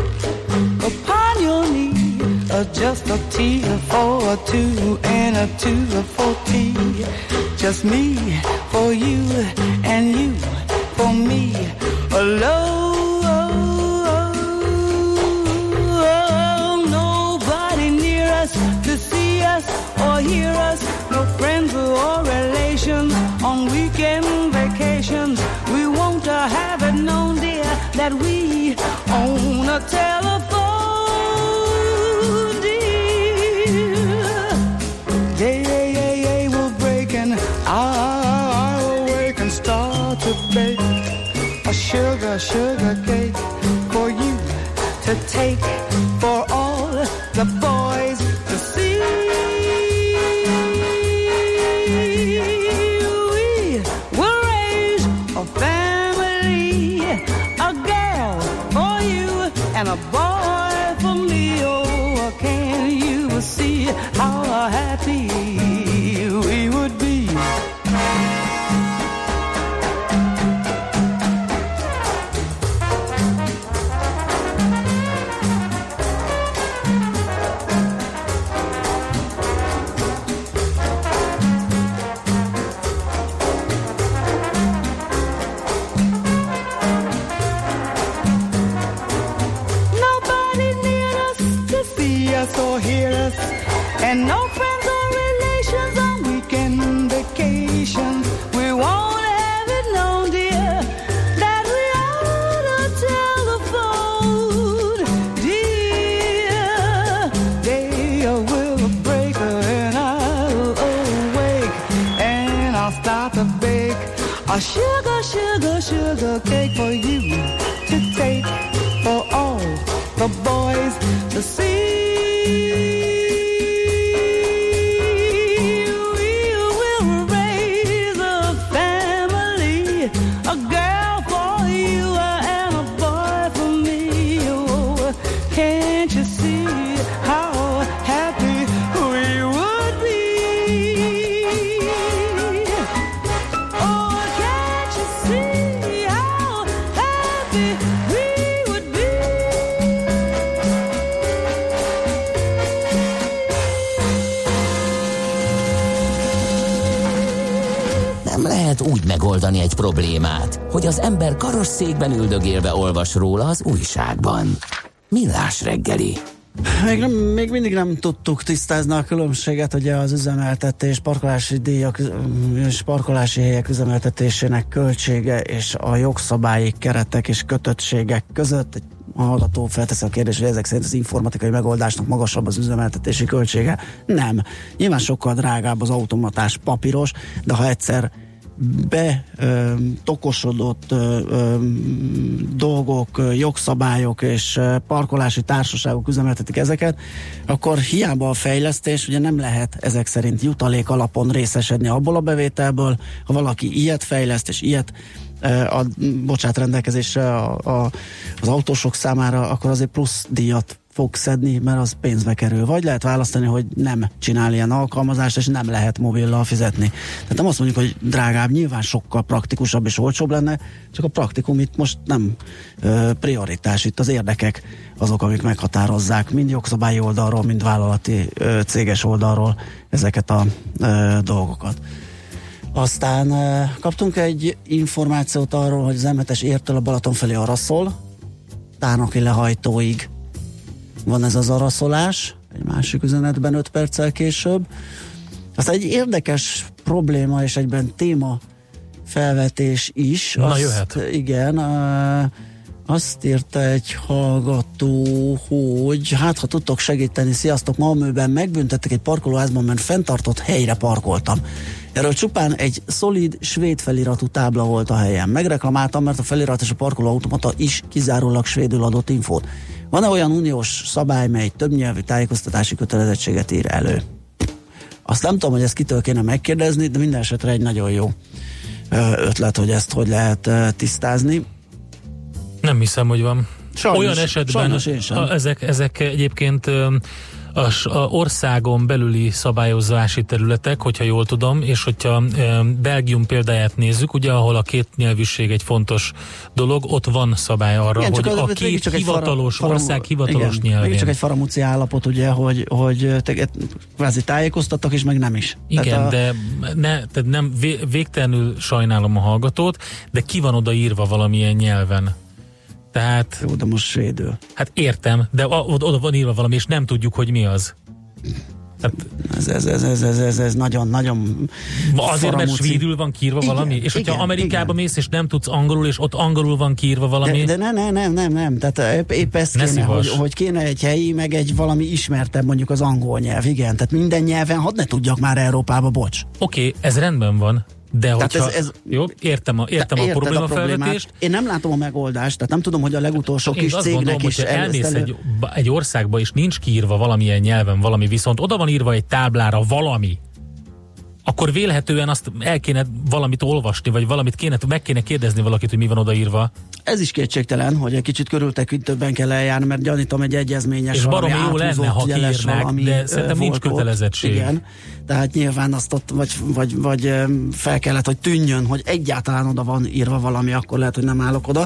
upon your knee, uh, just a T for a two and a two for T. Just me for you and you for me alone. To see us or hear us, no friends or relations. On weekend vacations, we won't uh, have it known, dear, that we own a telephone, dear. Day, day, day, day, we're breaking our waking star to bake a sugar, sugar cake for you to take, for all the boys to see. We will raise a family, a girl for you and a boy for me. Oh, can you see how happy we would be? Or hear us, and no friends or relations on weekend vacations. We won't have it known, dear, that we are a telephone, dear. Day will break and I'll awake and I'll start to bake a sugar, sugar, sugar cake for you to take, for all the boys to see. Can't you nem lehet úgy megoldani egy problémát, hogy az ember karosszékben üldögélve olvas róla az újságban. Millás reggeli. Még, nem, még mindig nem tudtuk tisztázni a különbséget, ugye az üzemeltetés, parkolási díjak és parkolási helyek üzemeltetésének költsége és a jogszabályi keretek és kötöttségek között. Egy hallgató felteszi a kérdést, hogy ezek szerint az informatikai megoldásnak magasabb az üzemeltetési költsége. Nem. Nyilván sokkal drágább az automatás papíros, de ha egyszer betokosodott dolgok, ö, jogszabályok és ö, parkolási társaságok üzemeltetik ezeket, akkor hiába a fejlesztés, ugye nem lehet ezek szerint jutalék alapon részesedni abból a bevételből, ha valaki ilyet fejleszt és ilyet a, bocsát, rendelkezésre a, a, az autósok számára, akkor azért plusz díjat fog szedni, mert az pénzbe kerül. Vagy lehet választani, hogy nem csinál ilyen alkalmazást, és nem lehet mobillal fizetni. Tehát nem azt mondjuk, hogy drágább, nyilván sokkal praktikusabb és olcsóbb lenne, csak a praktikum itt most nem ö, prioritás, itt az érdekek azok, amik meghatározzák mind jogszabályi oldalról, mind vállalati ö, céges oldalról ezeket a ö, dolgokat. Aztán ö, kaptunk egy információt arról, hogy az em hetes értől a Balaton felé arra szól, Tárnoki lehajtóig van ez az araszolás, egy másik üzenetben öt perccel később. Aztán egy érdekes probléma és egyben téma felvetés is. Na, azt, jöhet. Igen, uh, azt írta egy hallgató, hogy hát ha tudtok segíteni, sziasztok, Malmöben megbüntettek egy parkolóházban, mert fenntartott helyre parkoltam. Erről csupán egy szolid svéd feliratú tábla volt a helyen. Megreklamáltam, mert a felirat és a parkolóautomata is kizárólag svédül adott infót. Van-e olyan uniós szabály, mely többnyelvű tájékoztatási kötelezettséget ír elő? Azt nem tudom, hogy ezt kitől kéne megkérdezni, de minden esetre egy nagyon jó ötlet, hogy ezt hogy lehet tisztázni. Nem hiszem, hogy van. Sajnos, olyan esetben a, ezek, ezek egyébként a, a országon belüli szabályozási területek, hogyha jól tudom, és hogyha e, Belgium példáját nézzük, ugye, ahol a kétnyelvűség egy fontos dolog, ott van szabály arra, igen, hogy a két hivatalos, fara, ország hivatalos igen, nyelvén. Csak egy faramúci állapot, ugye, hogy, hogy te, kvázi tájékoztattak, és meg nem is. Igen, a... de ne, tehát nem végtelenül sajnálom a hallgatót, de ki van odaírva valamilyen nyelven. Tehát... Jó, de most svédül. Hát értem, de oda van írva valami, és nem tudjuk, hogy mi az. Hát, ez, ez, ez, ez, ez, ez, ez nagyon, nagyon azért, mert svédül van kiírva igen, valami? És hogyha igen, Amerikába igen. mész, és nem tudsz angolul, és ott angolul van kiírva valami? De, de ne, ne, nem, nem, nem. Tehát épp ezt kéne, hogy, hogy kéne egy helyi, meg egy valami ismertebb, mondjuk az angol nyelv, igen. Tehát minden nyelven, hadd ne tudjak már Európába, bocs. Oké, okay, ez rendben van. De hogyha, ez, ez, jó, értem a, értem a problémafelvetést. Én nem látom a megoldást, tehát nem tudom, hogy a legutolsó én kis cégnek gondolom, is... Én elmész elő... egy, egy országba, és nincs kiírva valamilyen nyelven valami, viszont oda van írva egy táblára valami, akkor vélhetően azt el kéne valamit olvasni, vagy valamit kéne, meg kéne kérdezni valakit, hogy mi van odaírva. Ez is kétségtelen, hogy egy kicsit körültekintőbben kell eljárni, mert gyanítom egy egyezményes, és valami jó lenne, ha kiírnák, de szerintem nincs kötelezettség. Ott, igen, tehát nyilván azt ott vagy, vagy, vagy fel kellett, hogy tűnjön, hogy egyáltalán oda van írva valami, akkor lehet, hogy nem állok oda.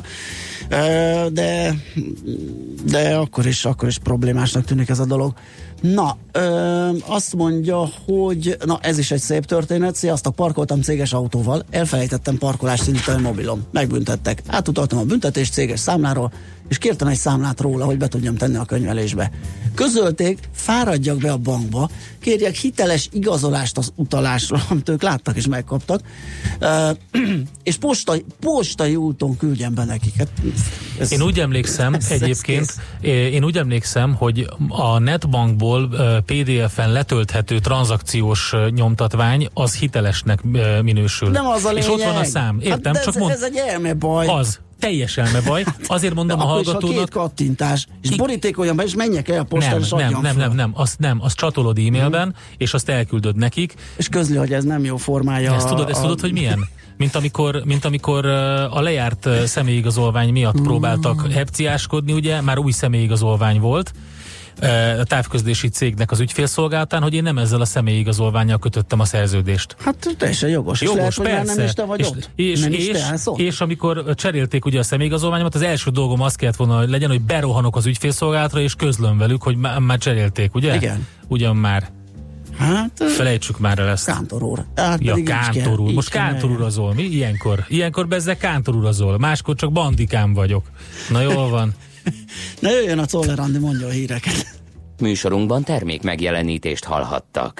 De, de akkor is, akkor is problémásnak tűnik ez a dolog. Na, ö, azt mondja, hogy na ez is egy szép történet. Sziasztok, parkoltam céges autóval, elfelejtettem parkolást indítani mobilom. Megbüntettek. Átutaltam a büntetés céges számláról, és kértem egy számlát róla, hogy be tudjam tenni a könyvelésbe. Közölték, fáradjak be a bankba, kérjek hiteles igazolást az utalásról, amit ők láttak és megkaptak, uh, és postai, postai úton küldjem be nekik. Hát, ez, én úgy emlékszem ez, egyébként, ez én úgy emlékszem, hogy a netbankból uh, pé dé ef-en letölthető tranzakciós uh, nyomtatvány az hitelesnek uh, minősül. Nem az a lényeg. És ott van a szám. Értem, hát csak ez, mond... ez egy elmebaj. Az. Teljes elmebaj. Azért mondom de a akkor hallgatónak... Is, ha két kattintás, és borítékoljon be, és menjek el a postára, és adjam Nem, nem, nem, nem, azt nem, azt csatolod e-mailben, hmm. és azt elküldöd nekik. És közli, hogy ez nem jó formája. Ezt tudod, ezt a... tudod, hogy milyen? Mint amikor, mint amikor a lejárt személyigazolvány miatt hmm. próbáltak hepciáskodni, ugye, már új személyigazolvány volt, a távközlési cégnek az ügyfélszolgálatán, hogy én nem ezzel a személyigazolvánnyal kötöttem a szerződést. Hát teljesen jogos. Jogos, lehet, persze. Nem is te vagy és, ott. És, nem és, is te és amikor cserélték ugye a személyigazolványomat, az első dolgom az kellett volna, hogy legyen, hogy berohanok az ügyfélszolgálatra, és közlöm velük, hogy má, már cserélték, ugye? Igen. Ugyan már. Hát, felejtsük már el ezt. Kántor úr. Hát ja, Kántor úr. Most Kántor urazol, mi? Ilyenkor. Ilyenkor bezzeg Kántor urazol. Máskor csak bandikám vagyok. Na jól van. Ne jöjjön a Czoller Andi, mondja a híreket. Műsorunkban termék megjelenítést hallhattak.